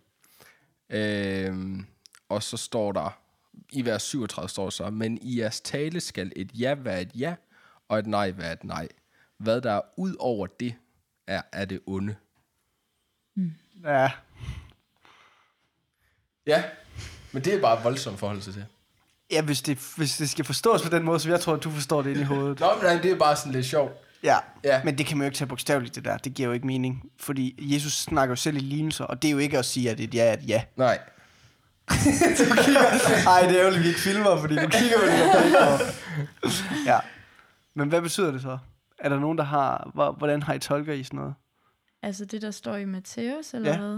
Øhm, og så står der, i vers syvogtredive står der så, men i jeres tale skal et ja være et ja, og et nej være et nej. Hvad der er ud over det, er, er det onde. Ja. Ja, men det er bare voldsomt forhold til. Ja, hvis det, hvis det skal forstås på den måde, så jeg tror, at du forstår det ind i hovedet. Nå, men det er bare sådan lidt sjovt. Ja. Ja. Men det kan man jo ikke tage bogstaveligt, det der. Det giver jo ikke mening. Fordi Jesus snakker jo selv i lignelser, og det er jo ikke at sige, at et ja er et ja. Nej. Ej, det er jo vi ikke filmer, fordi du kigger på det der. Ja. Men hvad betyder det så? Er der nogen, der har... hvor- Hvordan har I tolker i sådan noget? Altså det, der står i Matteus, eller Ja. hvad?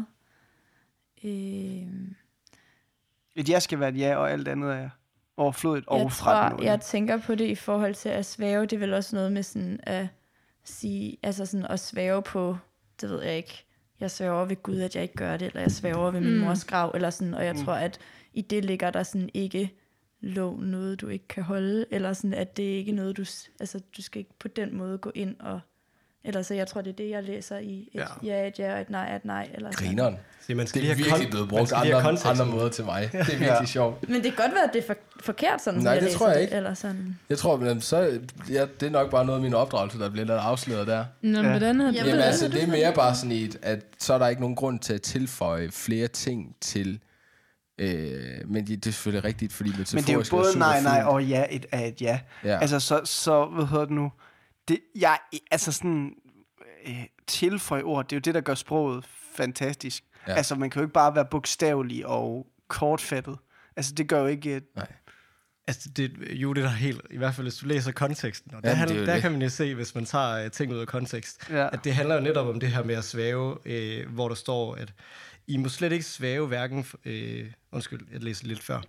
Øhm, Et ja skal være et ja, og alt andet er overflødigt jeg og fra den tror, onde. jeg tænker på det i forhold til at svæve. Det er vel også noget med sådan at sige, altså sådan at svæve på, det ved jeg ikke. Jeg svæver ved Gud, at jeg ikke gør det, eller jeg svæver ved min Mm. mors grav, eller sådan. Og jeg Mm. tror, at i det ligger der sådan ikke lov noget, du ikke kan holde, eller sådan, at det ikke er noget, du, s- altså du skal ikke på den måde gå ind og, eller så jeg tror, det er det, jeg læser i et ja, Ja. ja et ja, og et nej, et nej, eller sådan. Grineren. Se, man skal Det er lige have virkelig kon- blevet man brugt skal lige have andre, konteksten. andre måder til mig. Det er virkelig Ja. sjovt. Men det kan godt være, at det er for, forkert, sådan Nej, som jeg det læser tror jeg det, ikke. eller sådan. Jeg tror, men så, ja, det er nok bare noget af min opdragelse, der bliver lidt afsløret der. Nå, men Ja. hvordan har Ja, det? Jamen ved altså, du det er det? mere bare sådan et, at så er der ikke nogen grund til at tilføje flere ting til... Øh, men det, det er selvfølgelig rigtigt, fordi Men det er jo metaforisk både super nej, nej fint. og ja, et er et ja. Ja. Altså, så, så hvad hedder det nu? Det, jeg, altså sådan, øh, tilføje ord, det er jo det, der gør sproget fantastisk. Ja. Ja. Altså, man kan jo ikke bare være bogstavelig og kortfattet. Altså, det gør jo ikke... øh, Nej. Altså, det, jo, det er der helt, i hvert fald hvis du læser konteksten, og der, Jamen, handler, det er jo der det. kan man jo se, hvis man tager uh, ting ud af kontekst, Ja. at det handler jo netop om det her med at svæve, øh, hvor der står, at I må slet ikke svæve hverken... Øh, undskyld, jeg læser lidt før.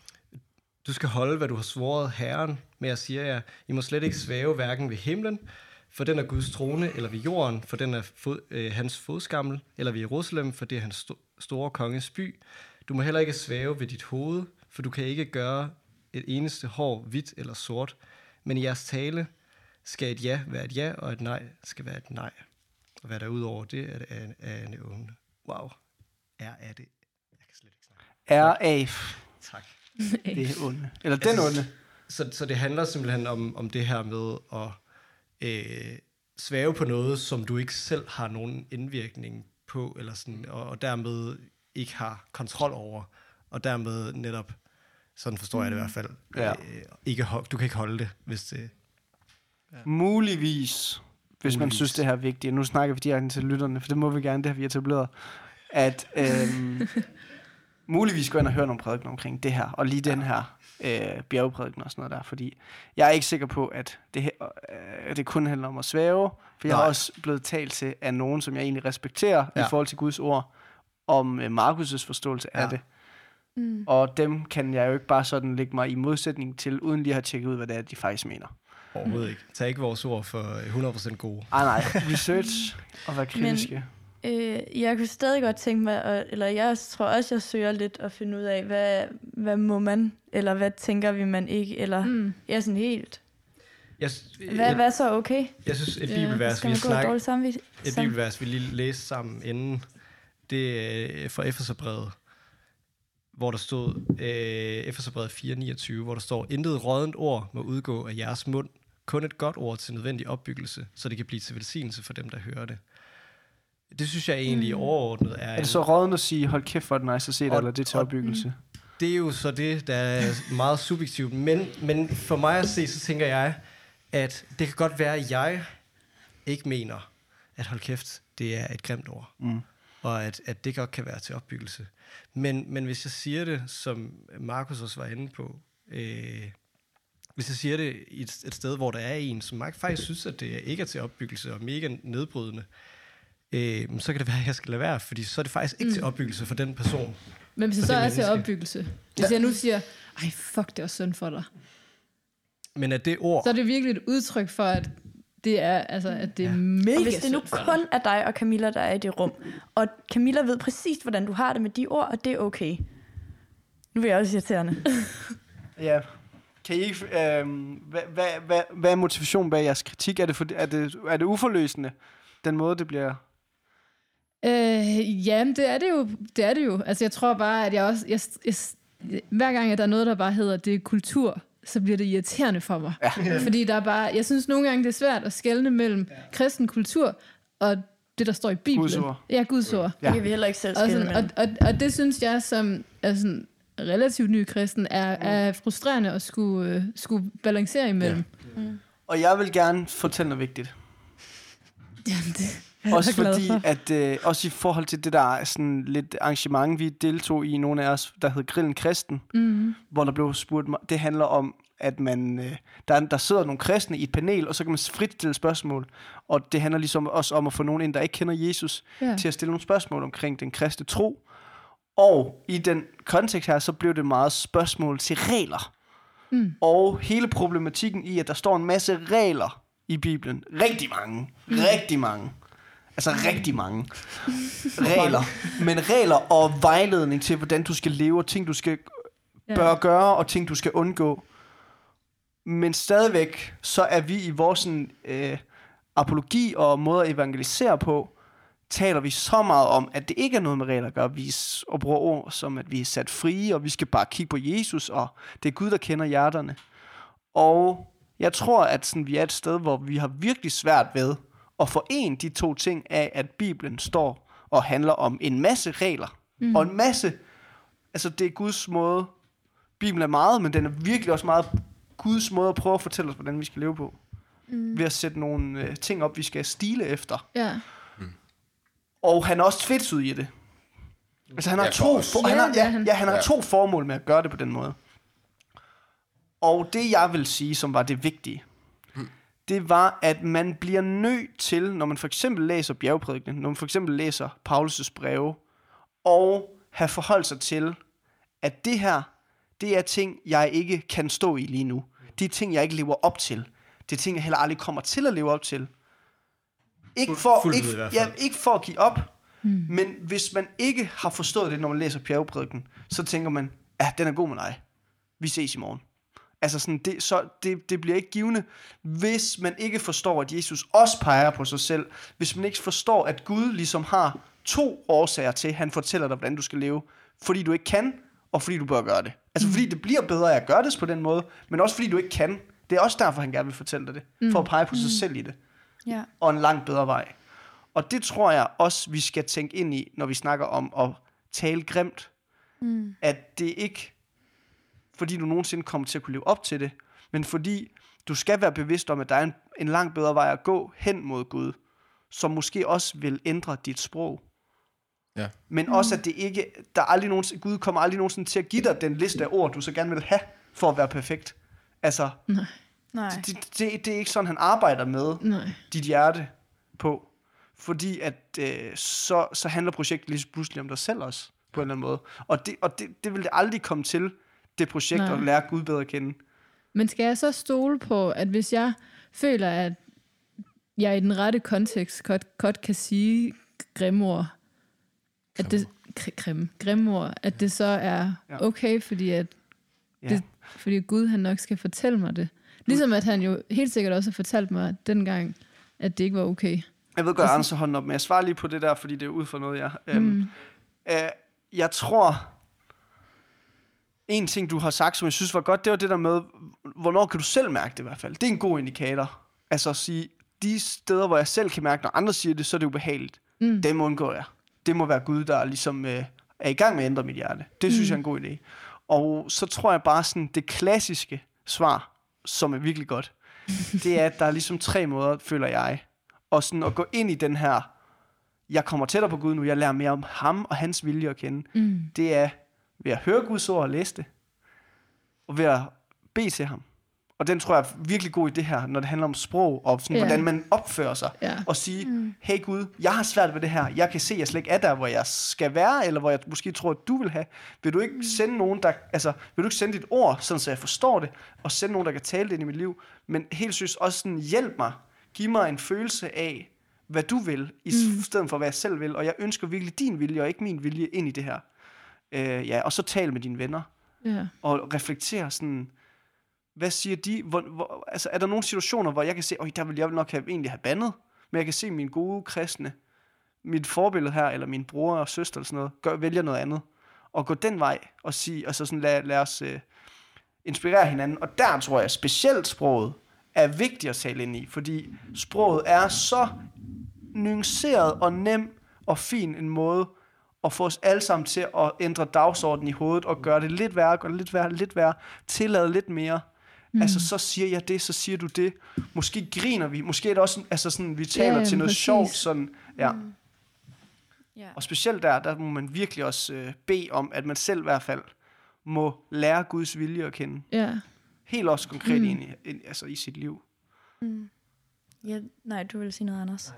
Du skal holde, hvad du har svoret Herren, med at sige jer. I må slet ikke svæve hverken ved himlen, for den er Guds trone, eller ved jorden, for den er fod, øh, hans fodskammel, eller ved Jerusalem, for det er hans sto- store konges by. Du må heller ikke svæve ved dit hoved, for du kan ikke gøre et eneste hår hvidt eller sort. Men i jeres tale skal et ja være et ja, og et nej skal være et nej. Og hvad der er udover det, er det af, af en onde. Wow. Er af det. Jeg kan slet ikke snakke. Er af. Tak. Det er onde. Eller den onde. Så, så det handler simpelthen om, om det her med at øh, svæve på noget, som du ikke selv har nogen indvirkning på, eller sådan, og, og dermed ikke har kontrol over, og dermed netop, sådan forstår jeg det i hvert fald, Ja. øh, ikke, du kan ikke holde det, hvis det... Ja. Muligvis, hvis man Muligvis. synes, det her er vigtigt. Nu snakker vi direkte til lytterne, for det må vi gerne, det har vi etableret. At øhm, muligvis gå ind og høre nogle prædikener omkring det her, og lige den her øh, bjergprædiken og sådan noget der, fordi jeg er ikke sikker på, at det, her, øh, det kun handler om at svæve, for jeg Nej. har også blevet talt til af nogen, som jeg egentlig respekterer ja. Ja. i forhold til Guds ord, om øh, Markus' forståelse ja. af det. Mm. Og dem kan jeg jo ikke bare sådan lægge mig i modsætning til, uden lige at have tjekket ud, hvad det er, de faktisk mener. Overhovedet ikke. Tag ikke vores ord for hundrede procent gode. Ej nej, research og være kritiske. Øh, jeg kunne stadig godt tænke mig, at, eller jeg tror også, jeg søger lidt at finde ud af, hvad, hvad må man, eller hvad tænker vi, man ikke, eller Mm. jeg sådan helt, Jeg, hvad, jeg, hvad er så okay? jeg synes, et Ja, bibelvers, Skal vi man har gå snakket... dårligt samvit? Et bibelvers, vi lige læste sammen inden, det er fra Efeserbrevet, hvor der stod, øh, Efeserbrevet fire niogtyve, hvor der står, intet råddent ord må udgå af jeres mund, kun et godt ord til nødvendig opbyggelse, så det kan blive til velsignelse for dem, der hører det. Det synes jeg egentlig Mm. overordnet er... Er det så rådende at sige, hold kæft, hvor er det nice at se det, Og- eller det til og- opbyggelse? Det er jo så det, der er meget subjektivt, men, men for mig at se, så tænker jeg, at det kan godt være, at jeg ikke mener, at hold kæft, det er et grimt ord. Mm. Og at, at det godt kan være til opbyggelse. Men, men hvis jeg siger det, som Markus også var inde på, øh, hvis jeg siger det i et, et sted, hvor der er en, som faktisk synes, at det ikke er til opbyggelse og mega nedbrydende, øh, så kan det være, at jeg skal lade være, fordi så er det faktisk ikke mm. til opbyggelse for den person. Men hvis det For så det er til menneske. opbyggelse, hvis jeg nu siger, ej fuck, det er synd for dig, Men at det ord... så er det virkelig et udtryk for, at det er, altså, at det er mega Og hvis det nu synd for dig. kun er dig og Camilla, der er i det rum, og Camilla ved præcis, hvordan du har det med de ord, og det er okay. Nu vil jeg også irriterende. Ja. Kan I ikke... Øh, hvad, hvad, hvad, hvad er motivationen bag jeres kritik? Er det, for, er det, er det uforløsende, den måde, det bliver... Øh, ja, det er det jo. Det er det jo. Altså, jeg tror bare, at jeg også... Jeg, jeg, hver gang, at der er noget, der bare hedder, det er kultur, så bliver det irriterende for mig. Ja. Fordi der er bare... Jeg synes nogle gange, det er svært at skelne mellem ja. kristen kultur og det, der står i Bibelen. Guds ord. Ja, Guds ord. Det kan vi heller ikke selv Og, skille sådan, og, med. og, og det synes jeg, som er sådan relativt ny kristen, er, er frustrerende at skulle, uh, skulle balancere imellem. Ja. Mm. Og jeg vil gerne fortælle noget vigtigt. Jamen, det er jeg Også så glad fordi, for. at øh, også i forhold til det der sådan lidt arrangement, vi deltog i, nogle af os, der hed Grillen Kristen, Mm-hmm. hvor der blev spurgt, det handler om, at man, øh, der, der sidder nogle kristne i et panel, og så kan man frit stille spørgsmål. Og det handler ligesom også om at få nogen ind, der ikke kender Jesus, Ja. til at stille nogle spørgsmål omkring den kristne tro. Og i den kontekst her, så blev det meget spørgsmål til regler. Mm. Og hele problematikken i, at der står en masse regler i Bibelen. Rigtig mange. Mm. Rigtig mange. Altså rigtig mange regler. Men regler og vejledning til, hvordan du skal leve, og ting, du skal Ja. bør gøre, og ting, du skal undgå. Men stadigvæk, så er vi i vores sådan, øh, apologi og måde at evangelisere på, taler vi så meget om, at det ikke er noget med regler at gøre. Vi s- og bruger ord som, at vi er sat frie, og vi skal bare kigge på Jesus, og det er Gud, der kender hjerterne. Og jeg tror, at sådan, vi er et sted, hvor vi har virkelig svært ved at forene de to ting af, at Bibelen står og handler om en masse regler, mm. og en masse, altså det er Guds måde. Bibelen er meget, men den er virkelig også meget Guds måde at prøve at fortælle os, hvordan vi skal leve på. Mm. Ved at sætte nogle øh, ting op, vi skal stile efter. Ja. Og han er også tvetydig i det. Altså han har, Ja, to, for os. for, han Ja, har, det er ja, han. ja, han har Ja. to formål med at gøre det på den måde. Og det jeg vil sige, som var det vigtige, det var, at man bliver nødt til, når man for eksempel læser bjergprædikenen, når man for eksempel læser Paulus' breve, og have forholdt sig til, at det her, det er ting, jeg ikke kan stå i lige nu. Det er ting, jeg ikke lever op til. Det er ting, jeg heller aldrig kommer til at leve op til. Ikke for, Fuldt ud i ikke, hvert fald. ja, ikke for at give op, mm. men hvis man ikke har forstået det, når man læser bjergprædiken, så tænker man, ja, den er god med dig. Vi ses i morgen. Altså sådan, det, så det, det bliver ikke givende, hvis man ikke forstår, at Jesus også peger på sig selv. Hvis man ikke forstår, at Gud ligesom har to årsager til, at han fortæller dig, hvordan du skal leve. Fordi du ikke kan, og fordi du bør gøre det. Altså mm. fordi det bliver bedre at gøre det på den måde, men også fordi du ikke kan. Det er også derfor, han gerne vil fortælle dig det. Mm. For at pege på sig mm. selv i det. Ja. Og en langt bedre vej. Og det tror jeg også, vi skal tænke ind i, når vi snakker om at tale grimt. Mm. At det ikke, fordi du nogensinde kommer til at kunne leve op til det, men fordi du skal være bevidst om, at der er en, en langt bedre vej at gå hen mod Gud, som måske også vil ændre dit sprog. Ja. Men mm. også, at det ikke, der aldrig nogensinde, Gud kommer aldrig nogensinde til at give dig den liste af ord, du så gerne vil have, for at være perfekt. Altså, Nej. Nej. Det, det, det er ikke sådan, han arbejder med Nej. dit hjerte på. Fordi at øh, så, så handler projektet lige pludselig om dig selv også, på en eller anden måde. Og det, og det, det vil det aldrig komme til, det projekt, Nej. at lære Gud bedre at kende. Men skal jeg så stole på, at hvis jeg føler, at jeg i den rette kontekst godt, godt kan sige grimme ord, at det, grimme, grimme ord, at det så er okay, fordi at Ja. det, fordi Gud han nok skal fortælle mig det. Ligesom at han jo helt sikkert også har fortalt mig dengang, at det ikke var okay. Jeg ved godt, at Anders har hånden op, men jeg svarer lige på det der, fordi det er ud fra noget, jeg... Øhm, Mm. øh, jeg tror, en ting, du har sagt, som jeg synes var godt, det var det der med, hvornår kan du selv mærke det i hvert fald. Det er en god indikator. Altså at sige, de steder, hvor jeg selv kan mærke, når andre siger det, så er det ubehageligt. Mm. Det må undgå jeg. Det må være Gud, der ligesom øh, er i gang med at ændre mit hjerte. Det synes mm. jeg er en god idé. Og så tror jeg bare sådan, det klassiske svar, som er virkelig godt, det er, at der er ligesom tre måder, føler jeg, og sådan at gå ind i den her, jeg kommer tættere på Gud nu, jeg lærer mere om ham og hans vilje at kende. Mm. Det er ved at høre Guds ord og læse det, og ved at bede til ham. Og den tror jeg er virkelig god i det her, når det handler om sprog, og sådan, Ja. hvordan man opfører sig, Ja. og sige, mm. hey Gud, jeg har svært ved det her, jeg kan se, at jeg slet ikke er der, hvor jeg skal være, eller hvor jeg måske tror, at du vil have. Vil du ikke mm. sende nogen, der, altså, vil du ikke sende dit ord, sådan så jeg forstår det, og sende nogen, der kan tale det ind i mit liv, men helt seriøst også sådan, hjælp mig, giv mig en følelse af, hvad du vil, i mm. stedet for, hvad jeg selv vil, og jeg ønsker virkelig din vilje, og ikke min vilje ind i det her. Øh, ja, og så tal med dine venner, Ja. og reflektere sådan, hvad siger de? Hvor, hvor, altså, er der nogle situationer, hvor jeg kan se, at der vil jeg nok have, egentlig have bandet, men jeg kan se mine gode kristne, mit forbillede her, eller min bror og søster, eller sådan noget, gør, vælger noget andet, og gå den vej, og sige, altså sådan, lad, lad os uh, inspirere hinanden. Og der tror jeg, specielt sproget er vigtigt at tale ind i, fordi sproget er så nuanceret og nem og fin en måde, og få os alle sammen til at ændre dagsordenen i hovedet, og gøre det lidt værre, gøre det lidt værre, lidt værre, tillade lidt mere. Mm. Altså, så siger jeg det, så siger du det. Måske griner vi, måske er det også, altså sådan, vi taler Ja, til noget præcis. sjovt, sådan, ja. Mm. Ja. Og specielt der, der må man virkelig også øh, bede om, at man selv i hvert fald må lære Guds vilje at kende. Ja. Helt også konkret Mm. ind i, ind, altså i sit liv. Mm. Ja, nej, du vil sige noget, Anders.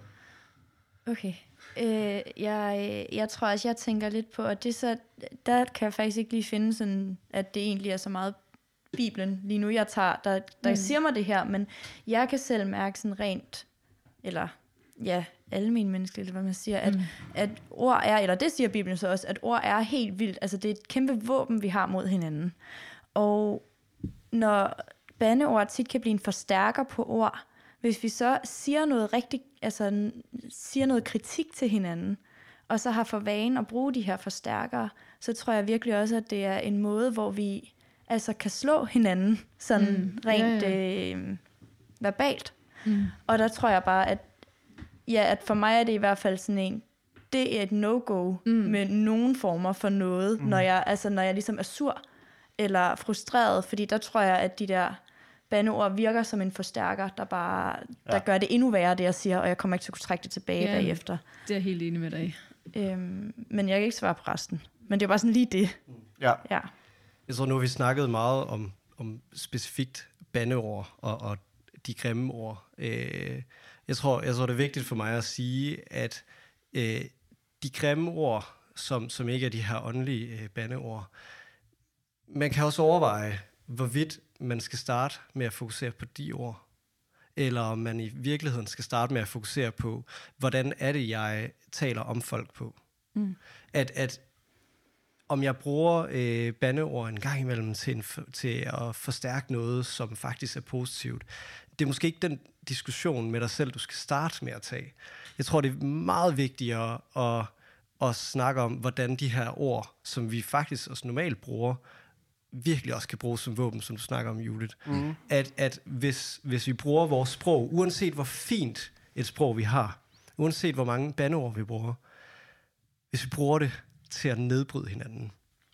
Okay. Øh, jeg, jeg tror også, jeg tænker lidt på, at det så, der kan jeg faktisk ikke lige finde sådan, at det egentlig er så meget Bibelen lige nu, jeg tager, der, der mm. siger mig det her, men jeg kan selv mærke sådan rent, eller ja, alle mine mennesker, eller hvad man siger, at, Mm. at ord er, eller det siger Bibelen så også, at ord er helt vildt, altså det er et kæmpe våben, vi har mod hinanden. Og når bandeord tit kan blive en forstærker på ord, hvis vi så siger noget rigtig, altså siger noget kritik til hinanden, og så har for vane at bruge de her forstærkere, så tror jeg virkelig også, at det er en måde, hvor vi altså kan slå hinanden sådan Mm. rent Ja, ja. Øh, verbalt. Mm. Og der tror jeg bare, at ja, at for mig er det i hvert fald sådan en, det er et no-go Mm. med nogen former for noget, mm. når jeg altså når jeg ligesom er sur eller frustreret, fordi der tror jeg, at de der bandeord virker som en forstærker, der bare der Ja. gør det endnu værre, det jeg siger, og jeg kommer ikke til at kunne trække det tilbage Ja. bagefter. Det er jeg helt enig med dig i. Øhm, men jeg kan ikke svare på resten. Men det er bare sådan lige det. Ja. Ja. Jeg tror nu, vi snakket meget om, om specifikt bandeord og, og de grimme ord. Øh, jeg, tror, jeg tror, det er vigtigt for mig at sige, at øh, de grimme ord, som, som ikke er de her åndelige øh, bandeord. Man kan også overveje, hvorvidt man skal starte med at fokusere på de ord, eller om man i virkeligheden skal starte med at fokusere på, hvordan er det, jeg taler om folk på. Mm. At, at om jeg bruger øh, bandeord en gang imellem til, en, til at forstærke noget, som faktisk er positivt. Det er måske ikke den diskussion med dig selv, du skal starte med at tage. Jeg tror, det er meget vigtigere at, at snakke om, hvordan de her ord, som vi faktisk også normalt bruger, virkelig også kan bruges som våben, som du snakker om, Judith. Mm. At, at hvis, hvis vi bruger vores sprog, uanset hvor fint et sprog vi har, uanset hvor mange bandeord vi bruger, hvis vi bruger det til at nedbryde hinanden,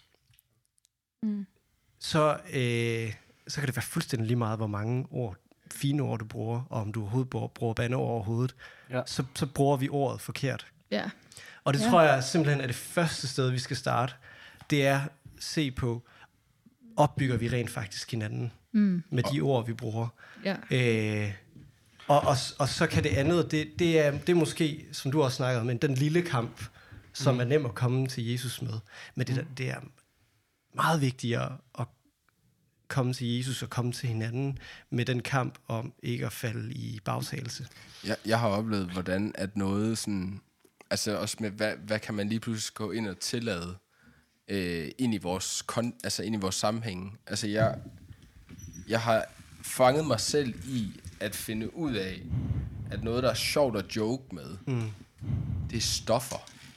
mm. så, øh, så kan det være fuldstændig lige meget, hvor mange ord, fine ord du bruger, og om du overhovedet bruger, bruger bandeord overhovedet, ja. så, så bruger vi ordet forkert. Ja. Og det ja. tror jeg simpelthen er det første sted, vi skal starte. Det er at se på, opbygger vi rent faktisk hinanden mm. med de ord, vi bruger. Ja. Øh, og, og, og så kan det andet, det, det, er, det er måske, som du også snakkede om, men den lille kamp, som mm. er nem at komme til Jesus med. Men det, det er meget vigtigere at komme til Jesus og komme til hinanden med den kamp om ikke at falde i bagtagelse. Jeg, jeg har oplevet, hvordan at noget sådan, altså også med, hvad, hvad kan man lige pludselig gå ind og tillade øh, ind i vores kon, altså ind i vores sammenhæng. Altså jeg, jeg har fanget mig selv i at finde ud af, at noget, der er sjovt at joke med, mm. det er stoffer.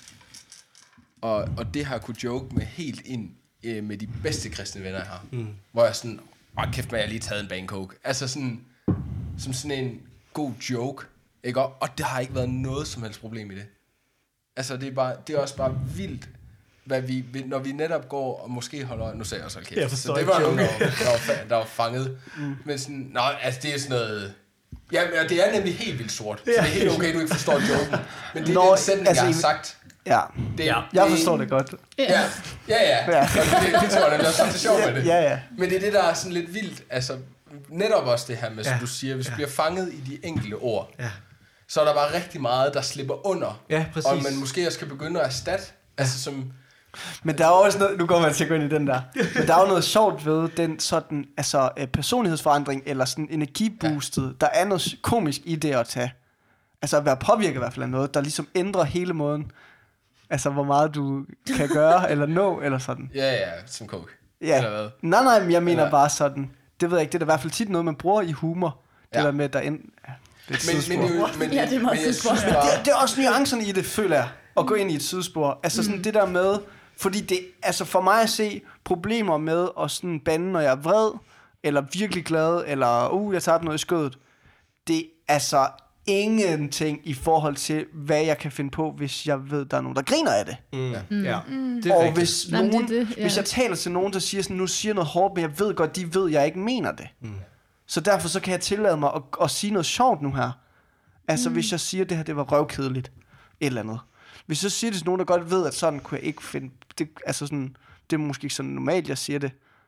Og, og det har jeg kunne joke med helt ind øh, med de bedste kristne venner, jeg har. Mm. Hvor jeg sådan, åh kæft mig, jeg har lige taget en bane coke. Altså sådan, som sådan en god joke. Ikke? Og, og der har ikke været noget som helst problem i det. Altså det er, bare, det er også bare vildt, hvad vi, når vi netop går og måske holder, nu sagde jeg også hold kæft. Så det var nogen, der, der, var, der var fanget. Mm. Men sådan, nej, altså det er sådan noget... Ja, det er nemlig helt vildt sort. Så det er helt okay, du ikke forstår joken. Men det er den sætning, altså, jeg har sagt. Ja, det, ja. jeg forstår det godt. Ja, ja, ja. ja. Det, det tror jeg, der er sådan, det sjovt med det. Ja, ja. Men det er det, der er sådan lidt vildt. Altså, netop også det her med, som ja. du siger, hvis ja. vi bliver fanget i de enkelte ord, ja. så er der bare rigtig meget, der slipper under. Ja, præcis. Og man måske også skal begynde at erstatte. Ja. Altså som... Men der er også noget, nu går man til at gå ind i den der, men der er jo noget sjovt ved den sådan, altså personlighedsforandring, eller sådan energiboostet, ja. der er noget komisk i det at tage. Altså at være påvirket i hvert fald af noget, der ligesom ændrer hele måden, altså hvor meget du kan gøre, eller nå, eller sådan. Ja, ja, som coke. Ja. Eller hvad? Nej, nej, men jeg mener eller... bare sådan, det ved jeg ikke, det er i hvert fald tit noget, man bruger i humor, det ja. der med, der end... Ja, det er men, men, men, ja, det er meget sidespor. Men det, det er også nuancerne i det, føler jeg, at gå ind i et sidespor. Altså sådan mm. det der med... Fordi det, altså for mig at se problemer med at sådan bande, når jeg er vred, eller virkelig glad, eller uh, jeg tager noget i skødet. Det er altså ingenting i forhold til, hvad jeg kan finde på, hvis jeg ved, der er nogen, der griner af det. Mm. Ja. Mm. Ja. Mm. Det er og hvis, nogen, Jamen, det, det, ja. hvis jeg taler til nogen, der siger sådan, nu siger noget hårdt, men jeg ved godt, de ved, jeg ikke mener det. Mm. Så derfor så kan jeg tillade mig at, at sige noget sjovt nu her. Altså mm. hvis jeg siger, det her, det var røvkedeligt, et eller andet. Hvis jeg siger det til nogen, der godt ved, at sådan kunne jeg ikke finde... Det, altså sådan, det er måske ikke sådan normalt, jeg siger det.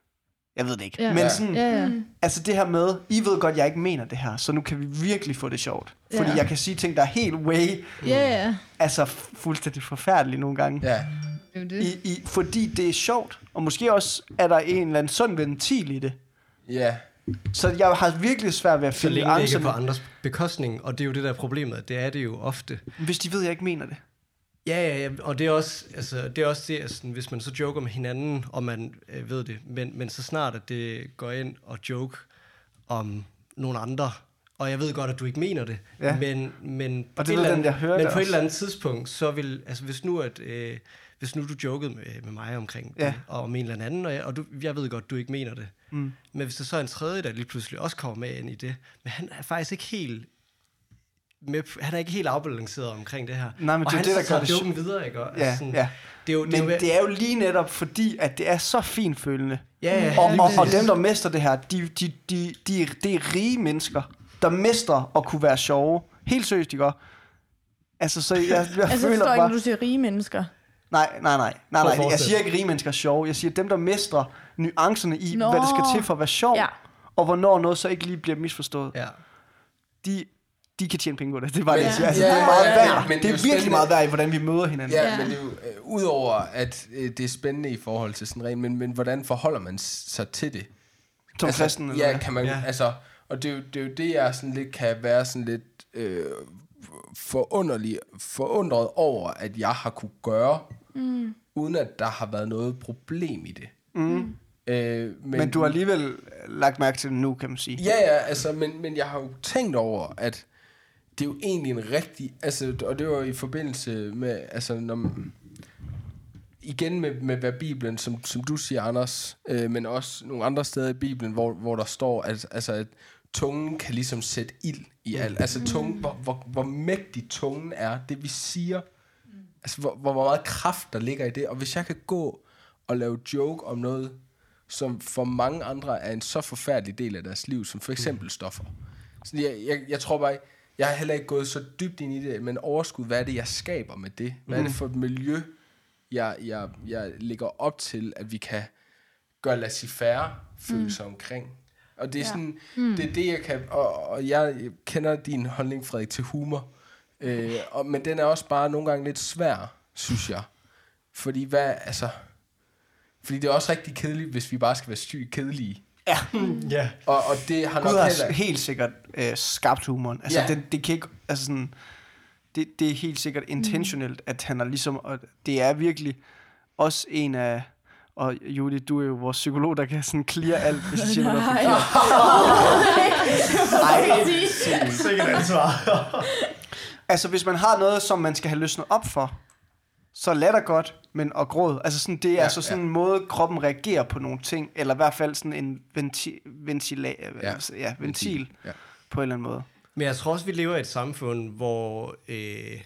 Jeg ved det ikke. Ja. Men sådan, ja, ja. altså det her med, I ved godt, jeg ikke mener det her, så nu kan vi virkelig få det sjovt. Ja. Fordi jeg kan sige ting, der er helt way... Ja, ja. Altså fuldstændig forfærdelige nogle gange. Ja. I, i, fordi det er sjovt. Og måske også er der en eller anden sådan ventil i det. Ja. Så jeg har virkelig svært ved at finde angsterne. Så længe det ikke er på andres bekostning, og det er jo det der problemet, det er det jo ofte. Hvis de ved, jeg ikke mener det. Ja, ja, ja, og det er også, altså, det er også det, altså, hvis man så joker med hinanden, og man øh, ved det, men, men så snart, at det går ind og joke om nogle andre, og jeg ved godt, at du ikke mener det, ja. men, men, på, det et, eller andet, andet, men på et eller andet tidspunkt, så vil, altså hvis nu, at, øh, hvis nu du jokede med, med mig omkring ja. det, og om en eller anden, og, jeg, og du, jeg ved godt, at du ikke mener det, mm. men hvis der så er en tredje, der lige pludselig også kommer med ind i det, men han er faktisk ikke helt... Med, han er ikke helt afbalanceret omkring det her. Nej, men og det er han det, der så tager joken videre, ikke? Altså, ja, sådan, ja. Det er jo, men det er, jo, det er jo lige netop fordi, at det er så finfølende. Ja, ja, og, og, og dem, der mester det her, de, de, de, de, de er rige mennesker, der mestrer at kunne være sjove. Helt seriøst, de gør. Altså, så jeg, jeg altså, føler bare... bare... ikke, du siger rige mennesker. Nej, nej, nej. nej, nej. Jeg siger ikke rige mennesker er sjove. Jeg siger dem, der mestrer nuancerne i, Nå. hvad det skal til for at være sjov, ja. og hvornår noget så ikke lige bliver misforstået. Ja. De... de kan tjene penge på det. Det er bare Men- det, jeg siger. Altså, ja, det er meget ja, ja, værd. men Det det er er jo virkelig spændende. meget værd i, hvordan vi møder hinanden. Ja, Ja. men det er jo, øh, udover at øh, det er spændende i forhold til sådan rent, men, men hvordan forholder man sig til det? Som altså, kristen, eller ja, hvad? kan man, Ja. altså, og det er, jo, det er jo det, jeg sådan lidt kan være sådan lidt øh, forunderlig, forundret over, at jeg har kunne gøre, mm. uden at der har været noget problem i det. Mm. Øh, men, Men du har alligevel lagt mærke til det nu, kan man sige. Ja, ja, altså, men, men jeg har jo tænkt over, at det er jo egentlig en rigtig, altså, og det var i forbindelse med, altså, når, igen med, med hvad Bibelen, som, som du siger, Anders, øh, men også nogle andre steder i Bibelen, hvor, hvor der står, at, altså, at tungen kan ligesom sætte ild i alt. Altså, tungen, hvor, hvor, hvor mægtig tungen er, det vi siger, altså, hvor, hvor meget kraft der ligger i det, og hvis jeg kan gå og lave joke om noget, som for mange andre er en så forfærdelig del af deres liv, som for eksempel stoffer. Så jeg, jeg, jeg tror bare, jeg har heller ikke gået så dybt ind i det, men overskud, hvad er det, jeg skaber med det? Hvad er det for et miljø, jeg, jeg, jeg lægger op til, at vi kan gøre laissez-faire følelser mm. omkring? Og det er sådan, mm. det er det, jeg kan, og, og jeg kender din holdning, Frederik, til humor, øh, og, men den er også bare nogle gange lidt svær, synes jeg. Fordi hvad, altså... Fordi det er også rigtig kedeligt, hvis vi bare skal være sygt kedelige. Ja. Ja. Og, og det har Gud nok har heller... helt sikkert øh, skabt humoren. Altså, Ja. det, det kan ikke... Altså sådan, det, det er helt sikkert intentionelt, at han er ligesom... Og det er virkelig også en af... Og Julie, du er jo vores psykolog, der kan sådan clear alt, hvis jeg siger noget Nej. forkert. Sikkert ansvar. Altså, hvis man har noget, som man skal have løsnet op for, så latter godt, men og gråd. Altså sådan, det er Ja, altså sådan ja. en måde, kroppen reagerer på nogle ting, eller i hvert fald sådan en venti, ventila, Ja. ja. Ja, ventil Ja. på en eller anden måde. Men jeg tror også, vi lever i et samfund, hvor øh,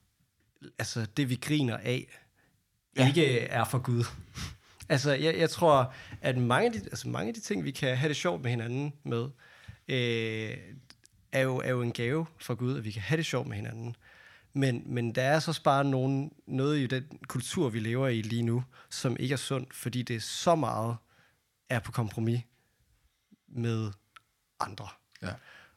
altså det, vi griner af, Ja. ikke er for Gud. Altså, jeg, jeg tror, at mange af, de, altså mange af de ting, vi kan have det sjovt med hinanden med, øh, er, jo, er jo en gave fra Gud, at vi kan have det sjovt med hinanden. Men, men der er så bare nogen, noget i den kultur, vi lever i lige nu, som ikke er sundt, fordi det så meget er på kompromis med andre. Ja.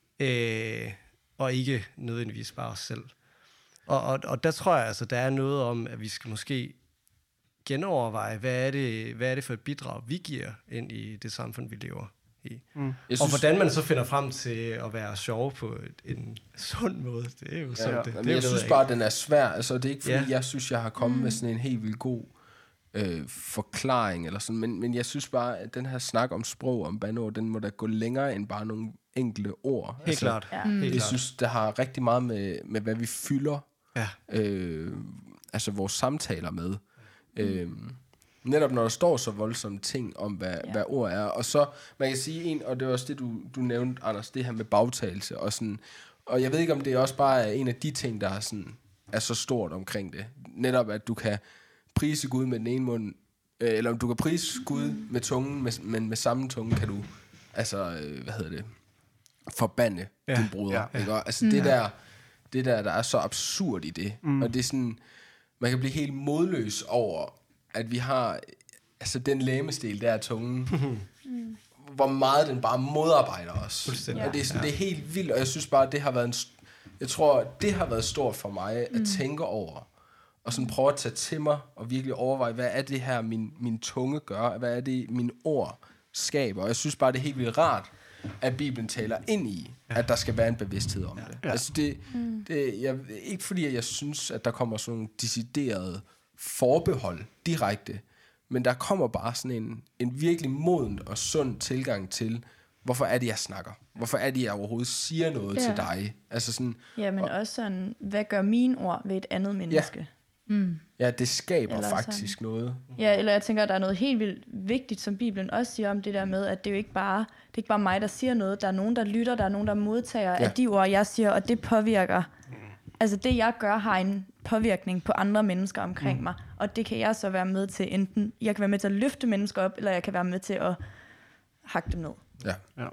Øh, og ikke nødvendigvis bare os selv. Og, og, og der tror jeg, altså, der er noget om, at vi skal måske genoverveje, hvad er det, hvad er det for et bidrag, vi giver ind i det samfund, vi lever i. Mm. Jeg Og synes, hvordan man så finder frem til at være sjov på et, en sund måde, det er jo sådan, Ja. det, Jamen, det jeg ved synes ikke. bare, at den er svær. Altså, det er ikke, fordi Ja. jeg synes, jeg har kommet mm. med sådan en helt vildt god øh, forklaring, eller sådan, men, men jeg synes bare, at den her snak om sprog, om bandord, den må da gå længere end bare nogle enkelte ord. Helt klart. Ja. Helt Jeg klart. synes, det har rigtig meget med, med hvad vi fylder Ja. øh, altså vores samtaler med. Øh, netop når der står så voldsomme ting om, hvad, ja. hvad ord er. Og så, man kan sige en, og det var også det, du, du nævnte, Anders, det her med bagtagelse. Og, sådan, og jeg ved ikke, om det også bare er en af de ting, der er, sådan, er så stort omkring det. Netop, at du kan prise Gud med den ene mund, øh, eller om du kan prise Gud med tungen, med, men med samme tunge kan du, altså, øh, hvad hedder det, forbande Ja. din bruder. Ja. Ikke? Og, altså, det der, det der, der er så absurd i det. Mm. Og det er sådan, man kan blive helt modløs over, at vi har, altså den lægemestil, der er tungen, mm. hvor meget den bare modarbejder os. Fuldstændig. Og det er, sådan, det er helt vildt, og jeg synes bare, det har været en, st- jeg tror, det har været stort for mig at mm. tænke over, og sådan prøve at tage til mig, og virkelig overveje, hvad er det her, min, min tunge gør, hvad er det, mine ord skaber, og jeg synes bare, det er helt vildt rart, at Bibelen taler ind i, ja. at der skal være en bevidsthed om ja. det. Ja. Altså det, mm. det jeg, ikke fordi, at jeg synes, at der kommer sådan nogle deciderede forbehold direkte, men der kommer bare sådan en, en virkelig modent og sund tilgang til, hvorfor er det, jeg snakker? Hvorfor er det, jeg overhovedet siger noget Ja. til dig? Altså sådan, Ja, men også sådan, hvad gør mine ord ved et andet menneske? Mm. ja, det skaber Eller faktisk noget. Ja, eller jeg tænker, at der er noget helt vildt vigtigt, som Bibelen også siger om det der med, at det er jo ikke bare, det er ikke bare mig, der siger noget. Der er nogen, der lytter, der er nogen, der modtager Ja. af de ord, jeg siger, og det påvirker. Altså det, jeg gør, har en påvirkning på andre mennesker omkring mm. mig, og det kan jeg så være med til enten, jeg kan være med til at løfte mennesker op, eller jeg kan være med til at hakke dem ned. Ja. Ja.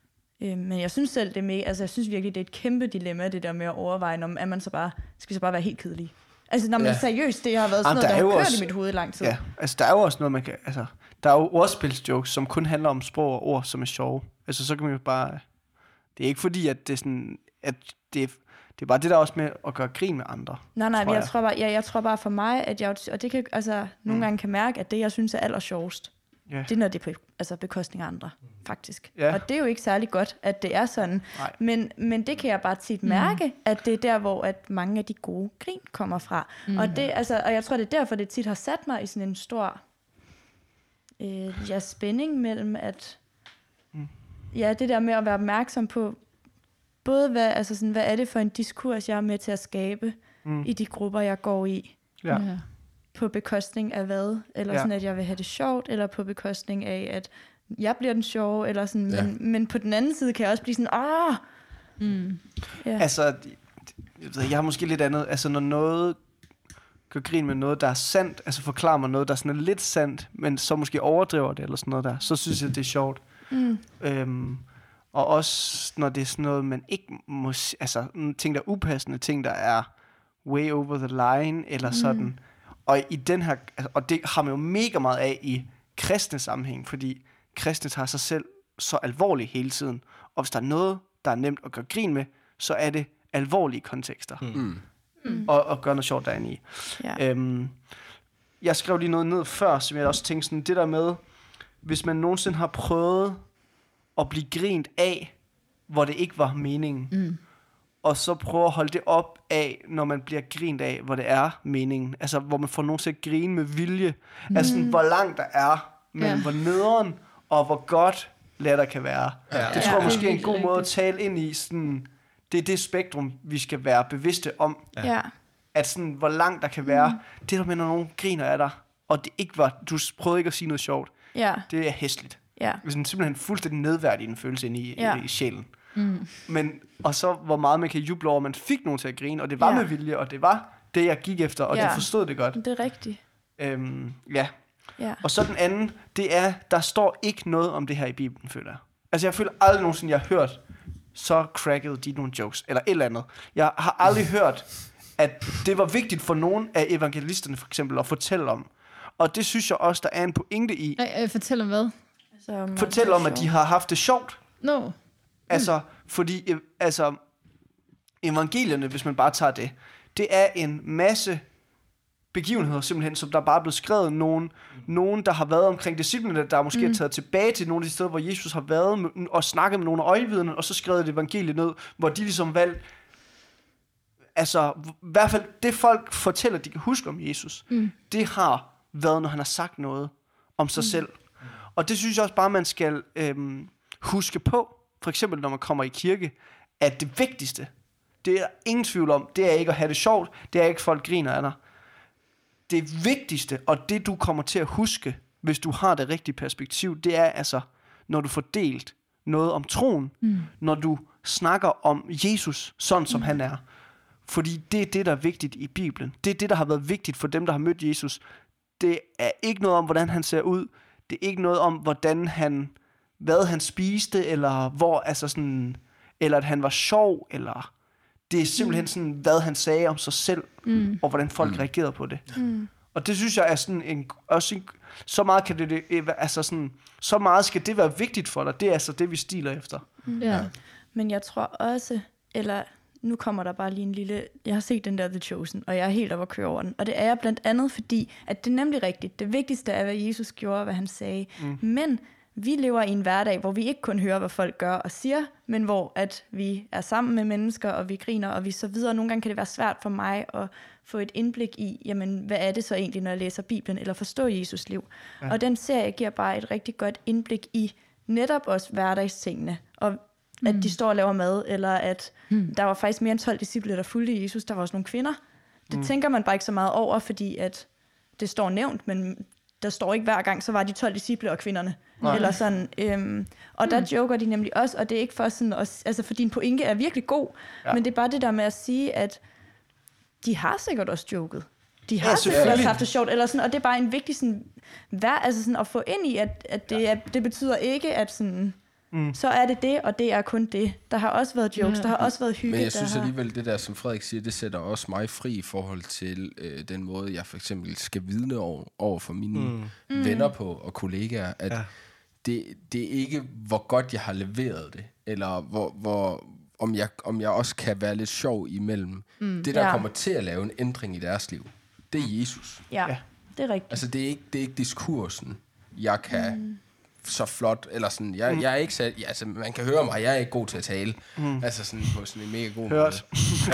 Øh, men jeg synes selv, det er mega, altså jeg synes virkelig, det er et kæmpe dilemma, det der med at overveje, om er man så bare, skal vi så bare være helt kedelig? Altså, når man Ja. ja. seriøst, det har været sådan Jamen, noget, der der er jo har kørt også- i mit hoved i lang tid. Ja, altså der er jo også noget, man kan... Altså, der er jo ordspilsjokes, som kun handler om sprog og ord, som er sjove. Altså så kan man jo bare... Det er ikke fordi, at det sådan at det, det er bare det der også med at gøre grin med andre. Nej, nej, tror jeg, jeg. tror bare, jeg, jeg tror bare for mig, at jeg, og det kan, altså, nogle Mm. gange kan mærke, at det, jeg synes er allersjovest, Ja. det er, når det er på altså, bekostning af andre, faktisk. Ja. Og det er jo ikke særlig godt, at det er sådan. Nej. Men, men det kan jeg bare tit mærke, mm. at det er der, hvor at mange af de gode grin kommer fra. Mm. Og, det, altså, og jeg tror, det er derfor, det tit har sat mig i sådan en stor øh, ja, spænding mellem, at Mm. ja, det der med at være opmærksom på, både hvad, altså sådan, hvad er det for en diskurs, jeg er med til at skabe Mm. i de grupper, jeg går i. Ja. Ja. På bekostning af hvad? Eller Ja. sådan, at jeg vil have det sjovt, eller på bekostning af, at jeg bliver den sjove, eller sådan. Ja. Men, men på den anden side kan jeg også blive sådan, åh! Mm. Ja. Altså, jeg, ved, jeg har måske lidt andet. Altså, når noget gør grin med noget, der er sandt, altså forklarer mig noget, der er sådan lidt sandt, men så måske overdriver det, eller sådan noget der, så synes jeg, det er sjovt. Mm. Øhm, og også, når det er sådan noget, man ikke må... s- Altså, mm, ting, der er upassende, ting, der er way over the line, eller sådan. Og i den her... altså, Og det har man jo mega meget af i kristne sammenhæng, fordi kristne tager sig selv så alvorligt hele tiden. Og hvis der er noget, der er nemt at gøre grin med, så er det alvorlige kontekster. Mm. Mm. Og, og gøre noget sjovt derinde i. Ja. Øhm, jeg skrev lige noget ned før, som jeg også tænkte sådan, det der med, hvis man nogensinde har prøvet at blive grint af, hvor det ikke var meningen, Mm. og så prøve at holde det op af, når man bliver grint af, hvor det er meningen. Altså, hvor man får nogen til at grine med vilje. Mm. Altså, sådan, hvor langt der er, mellem Ja. hvor nederen, og hvor godt latter kan være. Ja. Det tror Ja. jeg måske er en Det er god virkelig måde at rigtigt. tale ind i. Sådan, det er det spektrum, vi skal være bevidste om. Ja. ja. At sådan, hvor langt der kan være. Mm. Det der med, når nogen griner af dig, og det ikke var, du prøvede ikke at sige noget sjovt, Ja. det er hæsligt. Ja. Det er sådan, simpelthen fuldstændig nedværdigende følelse ind i, Ja. i, i sjælen. Mm. Men, og så hvor meget man kan juble over, at man fik nogen til at grine, og det var Ja. med vilje, og det var det, jeg gik efter, og Ja. det forstod det godt. Det er rigtigt. Øhm, ja. Ja. Og så den anden, det er, der står ikke noget om det her i Bibelen, føler jeg. Altså jeg føler aldrig nogensinde, jeg har hørt, så crackede de nogle jokes, eller et eller andet. Jeg har aldrig hørt, at det var vigtigt for nogen af evangelisterne for eksempel at fortælle om. Og det synes jeg også, der er en pointe i. Nej, øh, fortæl om hvad? Altså, man Fortæl bliver om, at de sjov. har haft det sjovt. No. Altså, fordi, øh, altså, evangelierne, hvis man bare tager det, det er en masse begivenheder simpelthen, som der bare er blevet skrevet. Nogen, nogen der har været omkring disciplene, der måske mm. er taget tilbage til nogle af de steder, hvor Jesus har været med, og snakket med nogle af øjenvidner, og så skrevet et evangelie ned, hvor de ligesom valgt, altså, i hvert fald det folk fortæller, de kan huske om Jesus, mm. det har været, når han har sagt noget om sig mm. selv. Og det synes jeg også bare, man skal øhm, huske på, for eksempel når man kommer i kirke, at det vigtigste, det er der ingen tvivl om, det er ikke at have det sjovt, det er ikke, at folk griner af dig. Det vigtigste, og det du kommer til at huske, hvis du har det rigtige perspektiv, det er altså, når du får delt noget om troen, mm. når du snakker om Jesus, sådan som mm. han er. Fordi det er det, der er vigtigt i Bibelen. Det er det, der har været vigtigt for dem, der har mødt Jesus. Det er ikke noget om, hvordan han ser ud. Det er ikke noget om, hvordan han, hvad han spiste, eller hvor, altså sådan, eller at han var sjov, eller det er simpelthen sådan, hvad han sagde om sig selv, mm. og hvordan folk mm. reagerede på det. Mm. Og det synes jeg er sådan en, også en, så meget kan det, det, altså sådan, så meget skal det være vigtigt for dig. Det er altså det, vi stiler efter. Mm. Ja. Men jeg tror også, eller nu kommer der bare lige en lille, jeg har set den der The Chosen, og jeg er helt oppe at køre over den. Og det er jeg blandt andet, fordi at det er nemlig rigtigt. Det vigtigste er, hvad Jesus gjorde, hvad han sagde. Mm. Men vi lever i en hverdag, hvor vi ikke kun hører, hvad folk gør og siger, men hvor at vi er sammen med mennesker, og vi griner, og vi så videre. Nogle gange kan det være svært for mig at få et indblik i, jamen, hvad er det så egentlig, når jeg læser Bibelen, eller forstår Jesus liv. Ja. Og den serie giver bare et rigtig godt indblik i netop også hverdagstingene, og at mm. de står og laver mad, eller at mm. der var faktisk mere end tolv disciple, der fulgte Jesus. Der var også nogle kvinder. Det mm. tænker man bare ikke så meget over, fordi at det står nævnt, men der står ikke hver gang, så var de tolv disciple og kvinderne. Nej. Eller sådan. Øhm, og mm. der joker de nemlig også, og det er ikke for sådan, at, altså for din pointe er virkelig god, ja. Men det er bare det der med at sige, at de har sikkert også joket. De har ja, sikkert også haft det sjovt, eller sådan, og det er bare en vigtig sådan, vær, altså sådan at få ind i, at, at det, ja. er, det betyder ikke, at sådan, mm. så er det det, og det er kun det. Der har også været jokes, ja. Der har også været hygge. Men jeg synes der alligevel, det der, som Frederik siger, det sætter også mig fri i forhold til øh, den måde, jeg for eksempel skal vidne over, over for mine mm. venner på og kollegaer, at ja. det, det er ikke, hvor godt jeg har leveret det, eller hvor, hvor om jeg, om jeg også kan være lidt sjov imellem. Mm, det, der ja. kommer til at lave en ændring i deres liv, det er Jesus. Ja, Ja. det er rigtigt. Altså, det er ikke, det er ikke diskursen, jeg kan mm. så flot, eller sådan, jeg, mm. jeg er ikke så, ja, altså, man kan høre mig, jeg er ikke god til at tale. Mm. Altså sådan på sådan en mega god Hørt. måde.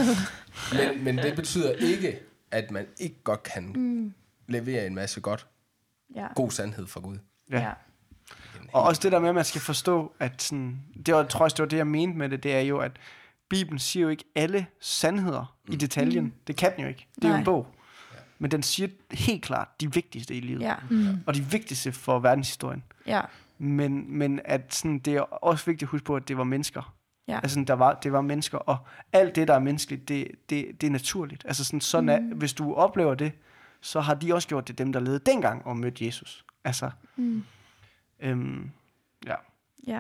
Ja. Men, men det betyder ikke, at man ikke godt kan mm. levere en masse godt, Ja. god sandhed fra Gud. Ja. Ja. Og også det der med, at man skal forstå, at sådan, det var, jeg tror også, det var det, jeg mente med det, det er jo, at Bibelen siger jo ikke alle sandheder mm. i detaljen. Mm. Det kan den jo ikke. Det er Nej. jo en bog. Men den siger helt klart de vigtigste i livet. Ja. Mm. Og de vigtigste for verdenshistorien. Ja. Men, men at sådan, det er også vigtigt at huske på, at det var mennesker. Ja. Altså, der var, det var mennesker, og alt det, der er menneskeligt, det, det, det er naturligt. Altså, sådan, sådan er, hvis du oplever det, så har de også gjort det, dem, der levede dengang og mødte Jesus. Altså, Mm. øhm, ja. Ja.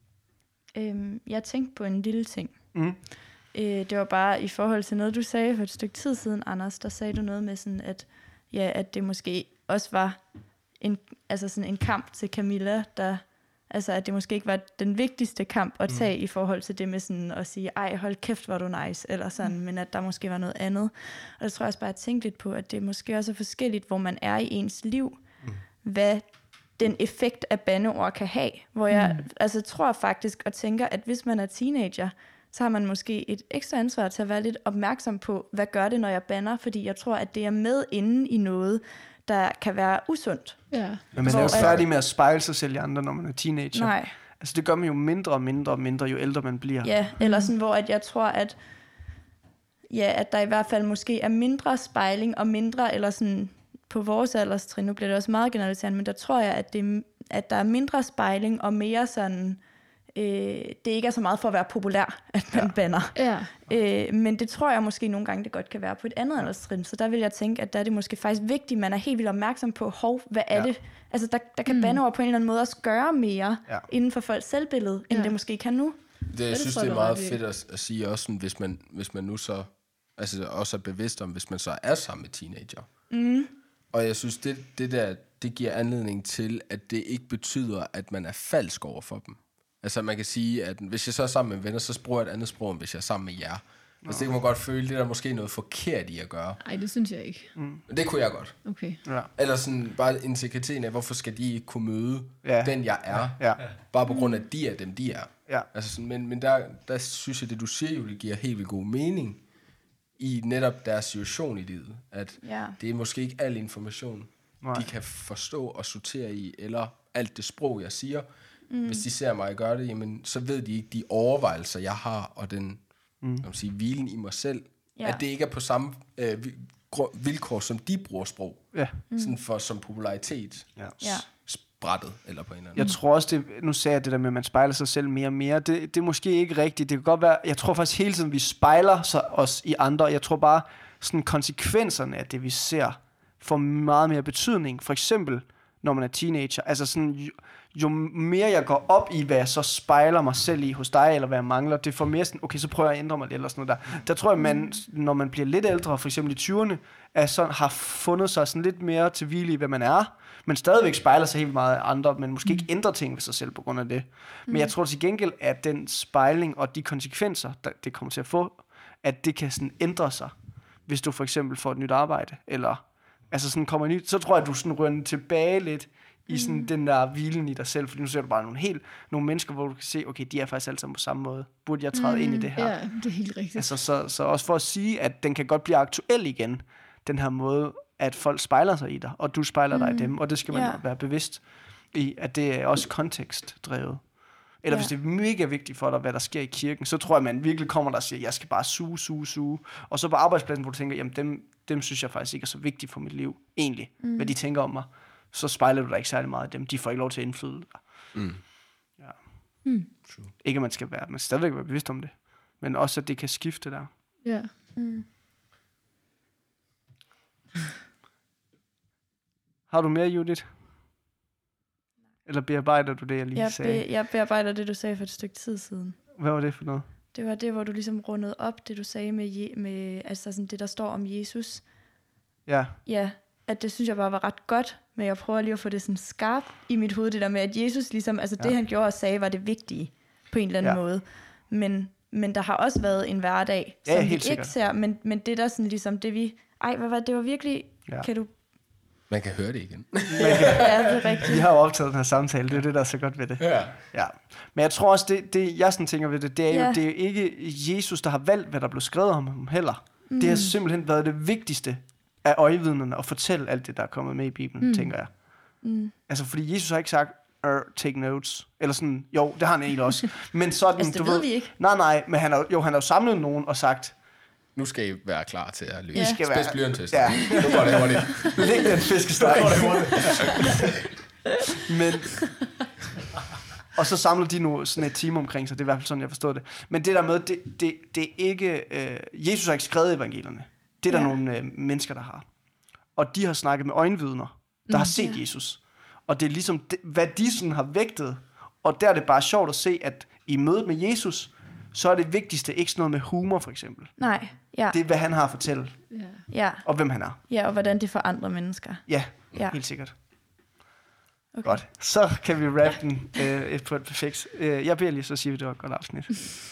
Øhm, jeg tænkte på en lille ting. Mm. Øh, det var bare i forhold til noget, du sagde for et stykke tid siden, Anders. Der sagde du noget med sådan, at, ja, at det måske også var en, altså sådan en kamp til Camilla, der, altså at det måske ikke var den vigtigste kamp at tage mm. i forhold til det med sådan at sige, ej, hold kæft, hvor du nice, eller sådan, mm. men at der måske var noget andet. Og der tror jeg også bare, at tænke lidt på, at det måske også er forskelligt, hvor man er i ens liv, mm. hvad den effekt af bandeord kan have. Hvor jeg mm. altså, tror faktisk og tænker, at hvis man er teenager, så har man måske et ekstra ansvar til at være lidt opmærksom på, hvad gør det, når jeg bander, fordi jeg tror, at det er med inde i noget, der kan være usundt. Ja. Men man er jo Hvor ikke at- færdig med at spejle sig selv i andre, når man er teenager. Nej, Altså, det gør man jo mindre og mindre og mindre, jo ældre man bliver. ja, eller sådan, hvor at jeg tror, at, ja, at der i hvert fald måske er mindre spejling og mindre, eller sådan på vores alderstrin, nu bliver det også meget generaliserende, men der tror jeg, at, det, at der er mindre spejling og mere sådan, øh, det ikke er så meget for at være populær, at man ja. bander. Ja. Øh, men det tror jeg måske nogle gange, det godt kan være på et andet alderstrin. Så der vil jeg tænke, at der er det måske faktisk vigtigt, man er helt vildt opmærksom på, hov, hvad er Ja. det? Altså der, der kan Mm. bandeord på en eller anden måde også gøre mere Ja. inden for folks selvbillede, end Ja. det måske kan nu. Det, jeg det synes, tror det jeg, er du har meget ret i. fedt at, at sige også, sådan, hvis man, hvis man nu så altså også er bevidst om, hvis man så er sammen med teenager. Mm. Og jeg synes, det, det der, det giver anledning til, at det ikke betyder, at man er falsk over for dem. Altså man kan sige, at hvis jeg så er sammen med venner, så bruger jeg et andet sprog, end hvis jeg er sammen med jer. Altså det kan man godt føle, det er der måske noget forkert i at gøre. Ej, det synes jeg ikke. Men det kunne jeg godt. Okay. Ja. Eller sådan bare integriteten af, hvorfor skal de ikke kunne møde Ja. den, jeg er? Ja. Bare på grund af, at de er dem, de er. Ja. Altså sådan, men men der, der synes jeg, det du siger jo, det giver helt vildt god mening i netop deres situation i livet. At Ja. det er måske ikke al information, Nej. de kan forstå og sortere i, eller alt det sprog, jeg siger. Mm. Hvis de ser mig gøre det, jamen, så ved de ikke de overvejelser, jeg har, og den mm. kan man sige, hvilen i mig selv. Ja. At det ikke er på samme øh, vi- gru- vilkår, som de bruger sprog. Ja. Mm. Sådan for som popularitet. Ja. S- Ja. Sprættet, eller på en eller anden Jeg tror også, det, nu sagde jeg det der med, at man spejler sig selv mere og mere. Det, det er måske ikke rigtigt. Det kan godt være, jeg tror faktisk hele tiden, vi spejler sig os i andre. Jeg tror bare, sådan konsekvenserne af det, vi ser, får meget mere betydning. For eksempel, når man er teenager. Altså sådan, jo, jo mere jeg går op i, hvad jeg så spejler mig selv i hos dig, eller hvad jeg mangler, det får mere sådan, okay, så prøver jeg at ændre mig lidt, eller sådan noget der. Der tror jeg, man, når man bliver lidt ældre, for eksempel i tyverne, er sådan, har fundet sig sådan lidt mere til hvile i, hvad man er, men stadigvæk spejler sig helt vildt meget af andre, men måske ikke ændrer ting ved sig selv på grund af det. Men jeg tror til gengæld, at den spejling og de konsekvenser, der, det kommer til at få, at det kan sådan ændre sig, hvis du for eksempel får et nyt arbejde, eller altså sådan kommer nyt, så tror jeg, at du sådan ryger tilbage lidt i sådan mm. den der hvilen i dig selv, fordi nu ser du bare nogle helt, nogle mennesker, hvor du kan se, okay, de er faktisk alle sammen på samme måde. Burde jeg træde mm. ind i det her? Ja, det er helt rigtigt. Altså, så, så også for at sige, at den kan godt blive aktuel igen, den her måde, at folk spejler sig i dig, og du spejler mm. dig i dem, og det skal man Ja. yeah. være bevidst i, at det er også kontekstdrevet. Eller Ja. hvis det er mega vigtigt for dig, hvad der sker i kirken, så tror jeg, man virkelig kommer der og siger, jeg skal bare suge, suge, suge. Og så på arbejdspladsen, hvor du tænker, jamen dem, dem synes jeg faktisk ikke er så vigtigt for mit liv, egentlig, mm. hvad de tænker om mig. Så spejler du dig ikke særlig meget af dem. De får ikke lov til at indflyde dig. Mm. Ja. Mm. Ikke at man skal være, man skal stadigvæk være bevidst om det. Men også, at det kan skifte der. Ja. Mm. Har du mere, Judith? Eller bearbejder du det, jeg lige Jeg, sagde? be, jeg bearbejder det, du sagde for et stykke tid siden. Hvad var det for noget? Det var det, hvor du ligesom rundede op, det du sagde med, Je- med altså sådan det, der står om Jesus. Ja, Ja, at det synes jeg bare var ret godt, men jeg prøver lige at få det sådan skarpt i mit hoved, det der med, at Jesus ligesom, altså det Ja. han gjorde og sagde, var det vigtige på en eller anden Ja. måde. Men, men der har også været en hverdag, Ja, som vi helt ikke sikkert. ser, men, men det der sådan ligesom, det vi, ej, hvad var det, det var virkelig, Ja. kan du, Man kan høre det igen. Man kan, ja, det er rigtigt. vi har jo optaget den her samtale, det er det, der er så godt ved det. Ja. Ja. Men jeg tror også, det, det jeg sådan tænker ved det, det er jo Ja. det er jo ikke Jesus, der har valgt, hvad der blev skrevet om ham heller. Mm. Det har simpelthen været det vigtigste af øjevidnerne at fortælle alt det, der er kommet med i Bibelen, mm. tænker jeg. Mm. Altså, fordi Jesus har ikke sagt, take notes. Eller sådan, jo, det har han egentlig også. Men sådan, Altså, det du ved ved, vi ikke. Nej, nej, men han har, jo, han har jo samlet nogen og sagt, Nu skal I være klar til at løse. Ja. I skal Spids være... blyantest. Ja, Nu går det hurtigt. læg den fiskesteg. Men... Og så samler de nu sådan et team omkring sig. Det er i hvert fald sådan, jeg forstår det. Men det der med, det, det, det er ikke... Øh, Jesus har ikke skrevet evangelierne. Det er der Ja. nogle øh, mennesker, der har. Og de har snakket med øjenvidner, der har set ja. Jesus. Og det er ligesom, det, hvad de sådan har vægtet. Og der er det bare sjovt at se, at i mødet med Jesus, så er det vigtigste ikke sådan noget med humor, for eksempel. Nej, ja, Det er, hvad han har at fortælle, Ja. ja, og hvem han er. ja, og hvordan det forandrer mennesker. Ja, Ja. helt sikkert. Okay. Godt. Så kan vi rappe den øh, på et perfekt. Øh, jeg beder lige, så siger vi, det var et godt afsnit.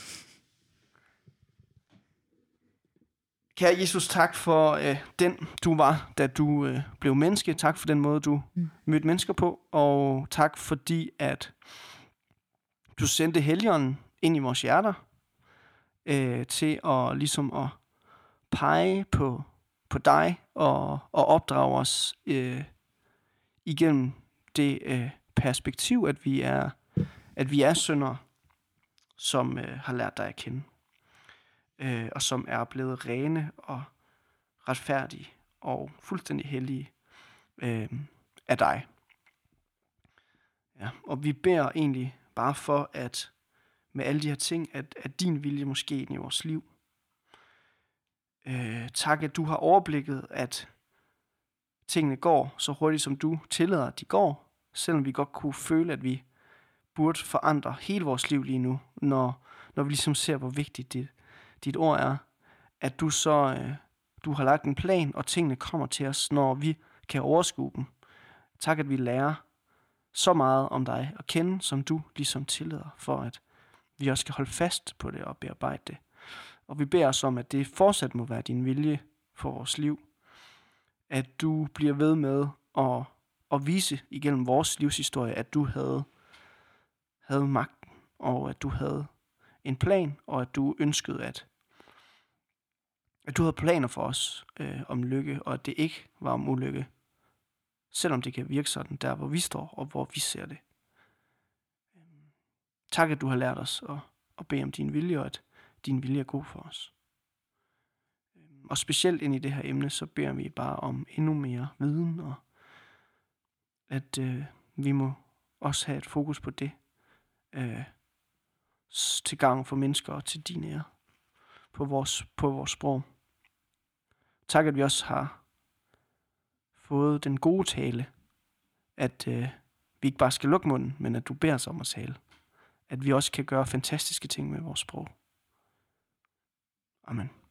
Kære Jesus, tak for øh, den, du var, da du øh, blev menneske. Tak for den måde, du mm. mødte mennesker på. Og tak fordi, at du sendte Helligånden ind i vores hjerter øh, til at, ligesom at pege på, på dig og, og opdrage os øh, igennem det øh, perspektiv, at vi er, at vi er syndere, som øh, har lært dig at kende. Øh, og som er blevet rene og retfærdige og fuldstændig hellige øh, af dig. Ja, og vi beder egentlig bare for, at med alle de her ting, at, at din vilje må ske ind i vores liv. Øh, tak, at du har overblikket, at tingene går så hurtigt, som du tillader, at de går, selvom vi godt kunne føle, at vi burde forandre hele vores liv lige nu, når, når vi ligesom ser, hvor vigtigt det, dit ord er, at du så øh, du har lagt en plan, og tingene kommer til os, når vi kan overskue dem. Tak, at vi lærer så meget om dig at kende, som du ligesom tillader, for at vi også skal holde fast på det og bearbejde det. Og vi beder os om, at det fortsat må være din vilje for vores liv, at du bliver ved med at, at vise igennem vores livshistorie, at du havde, havde magten, og at du havde en plan, og at du ønskede, at, at du havde planer for os øh, om lykke, og at det ikke var om ulykke, selvom det kan virke sådan der, hvor vi står, og hvor vi ser det. Tak, at du har lært os at, at bede om din vilje, og at din vilje er god for os. Og specielt ind i det her emne, så beder vi bare om endnu mere viden, og at øh, vi må også have et fokus på det, øh, til gavn for mennesker og til din ære, på vores, på vores sprog. Tak, at vi også har fået den gode tale, at øh, vi ikke bare skal lukke munden, men at du beder os om at tale. At vi også kan gøre fantastiske ting med vores sprog. Amen.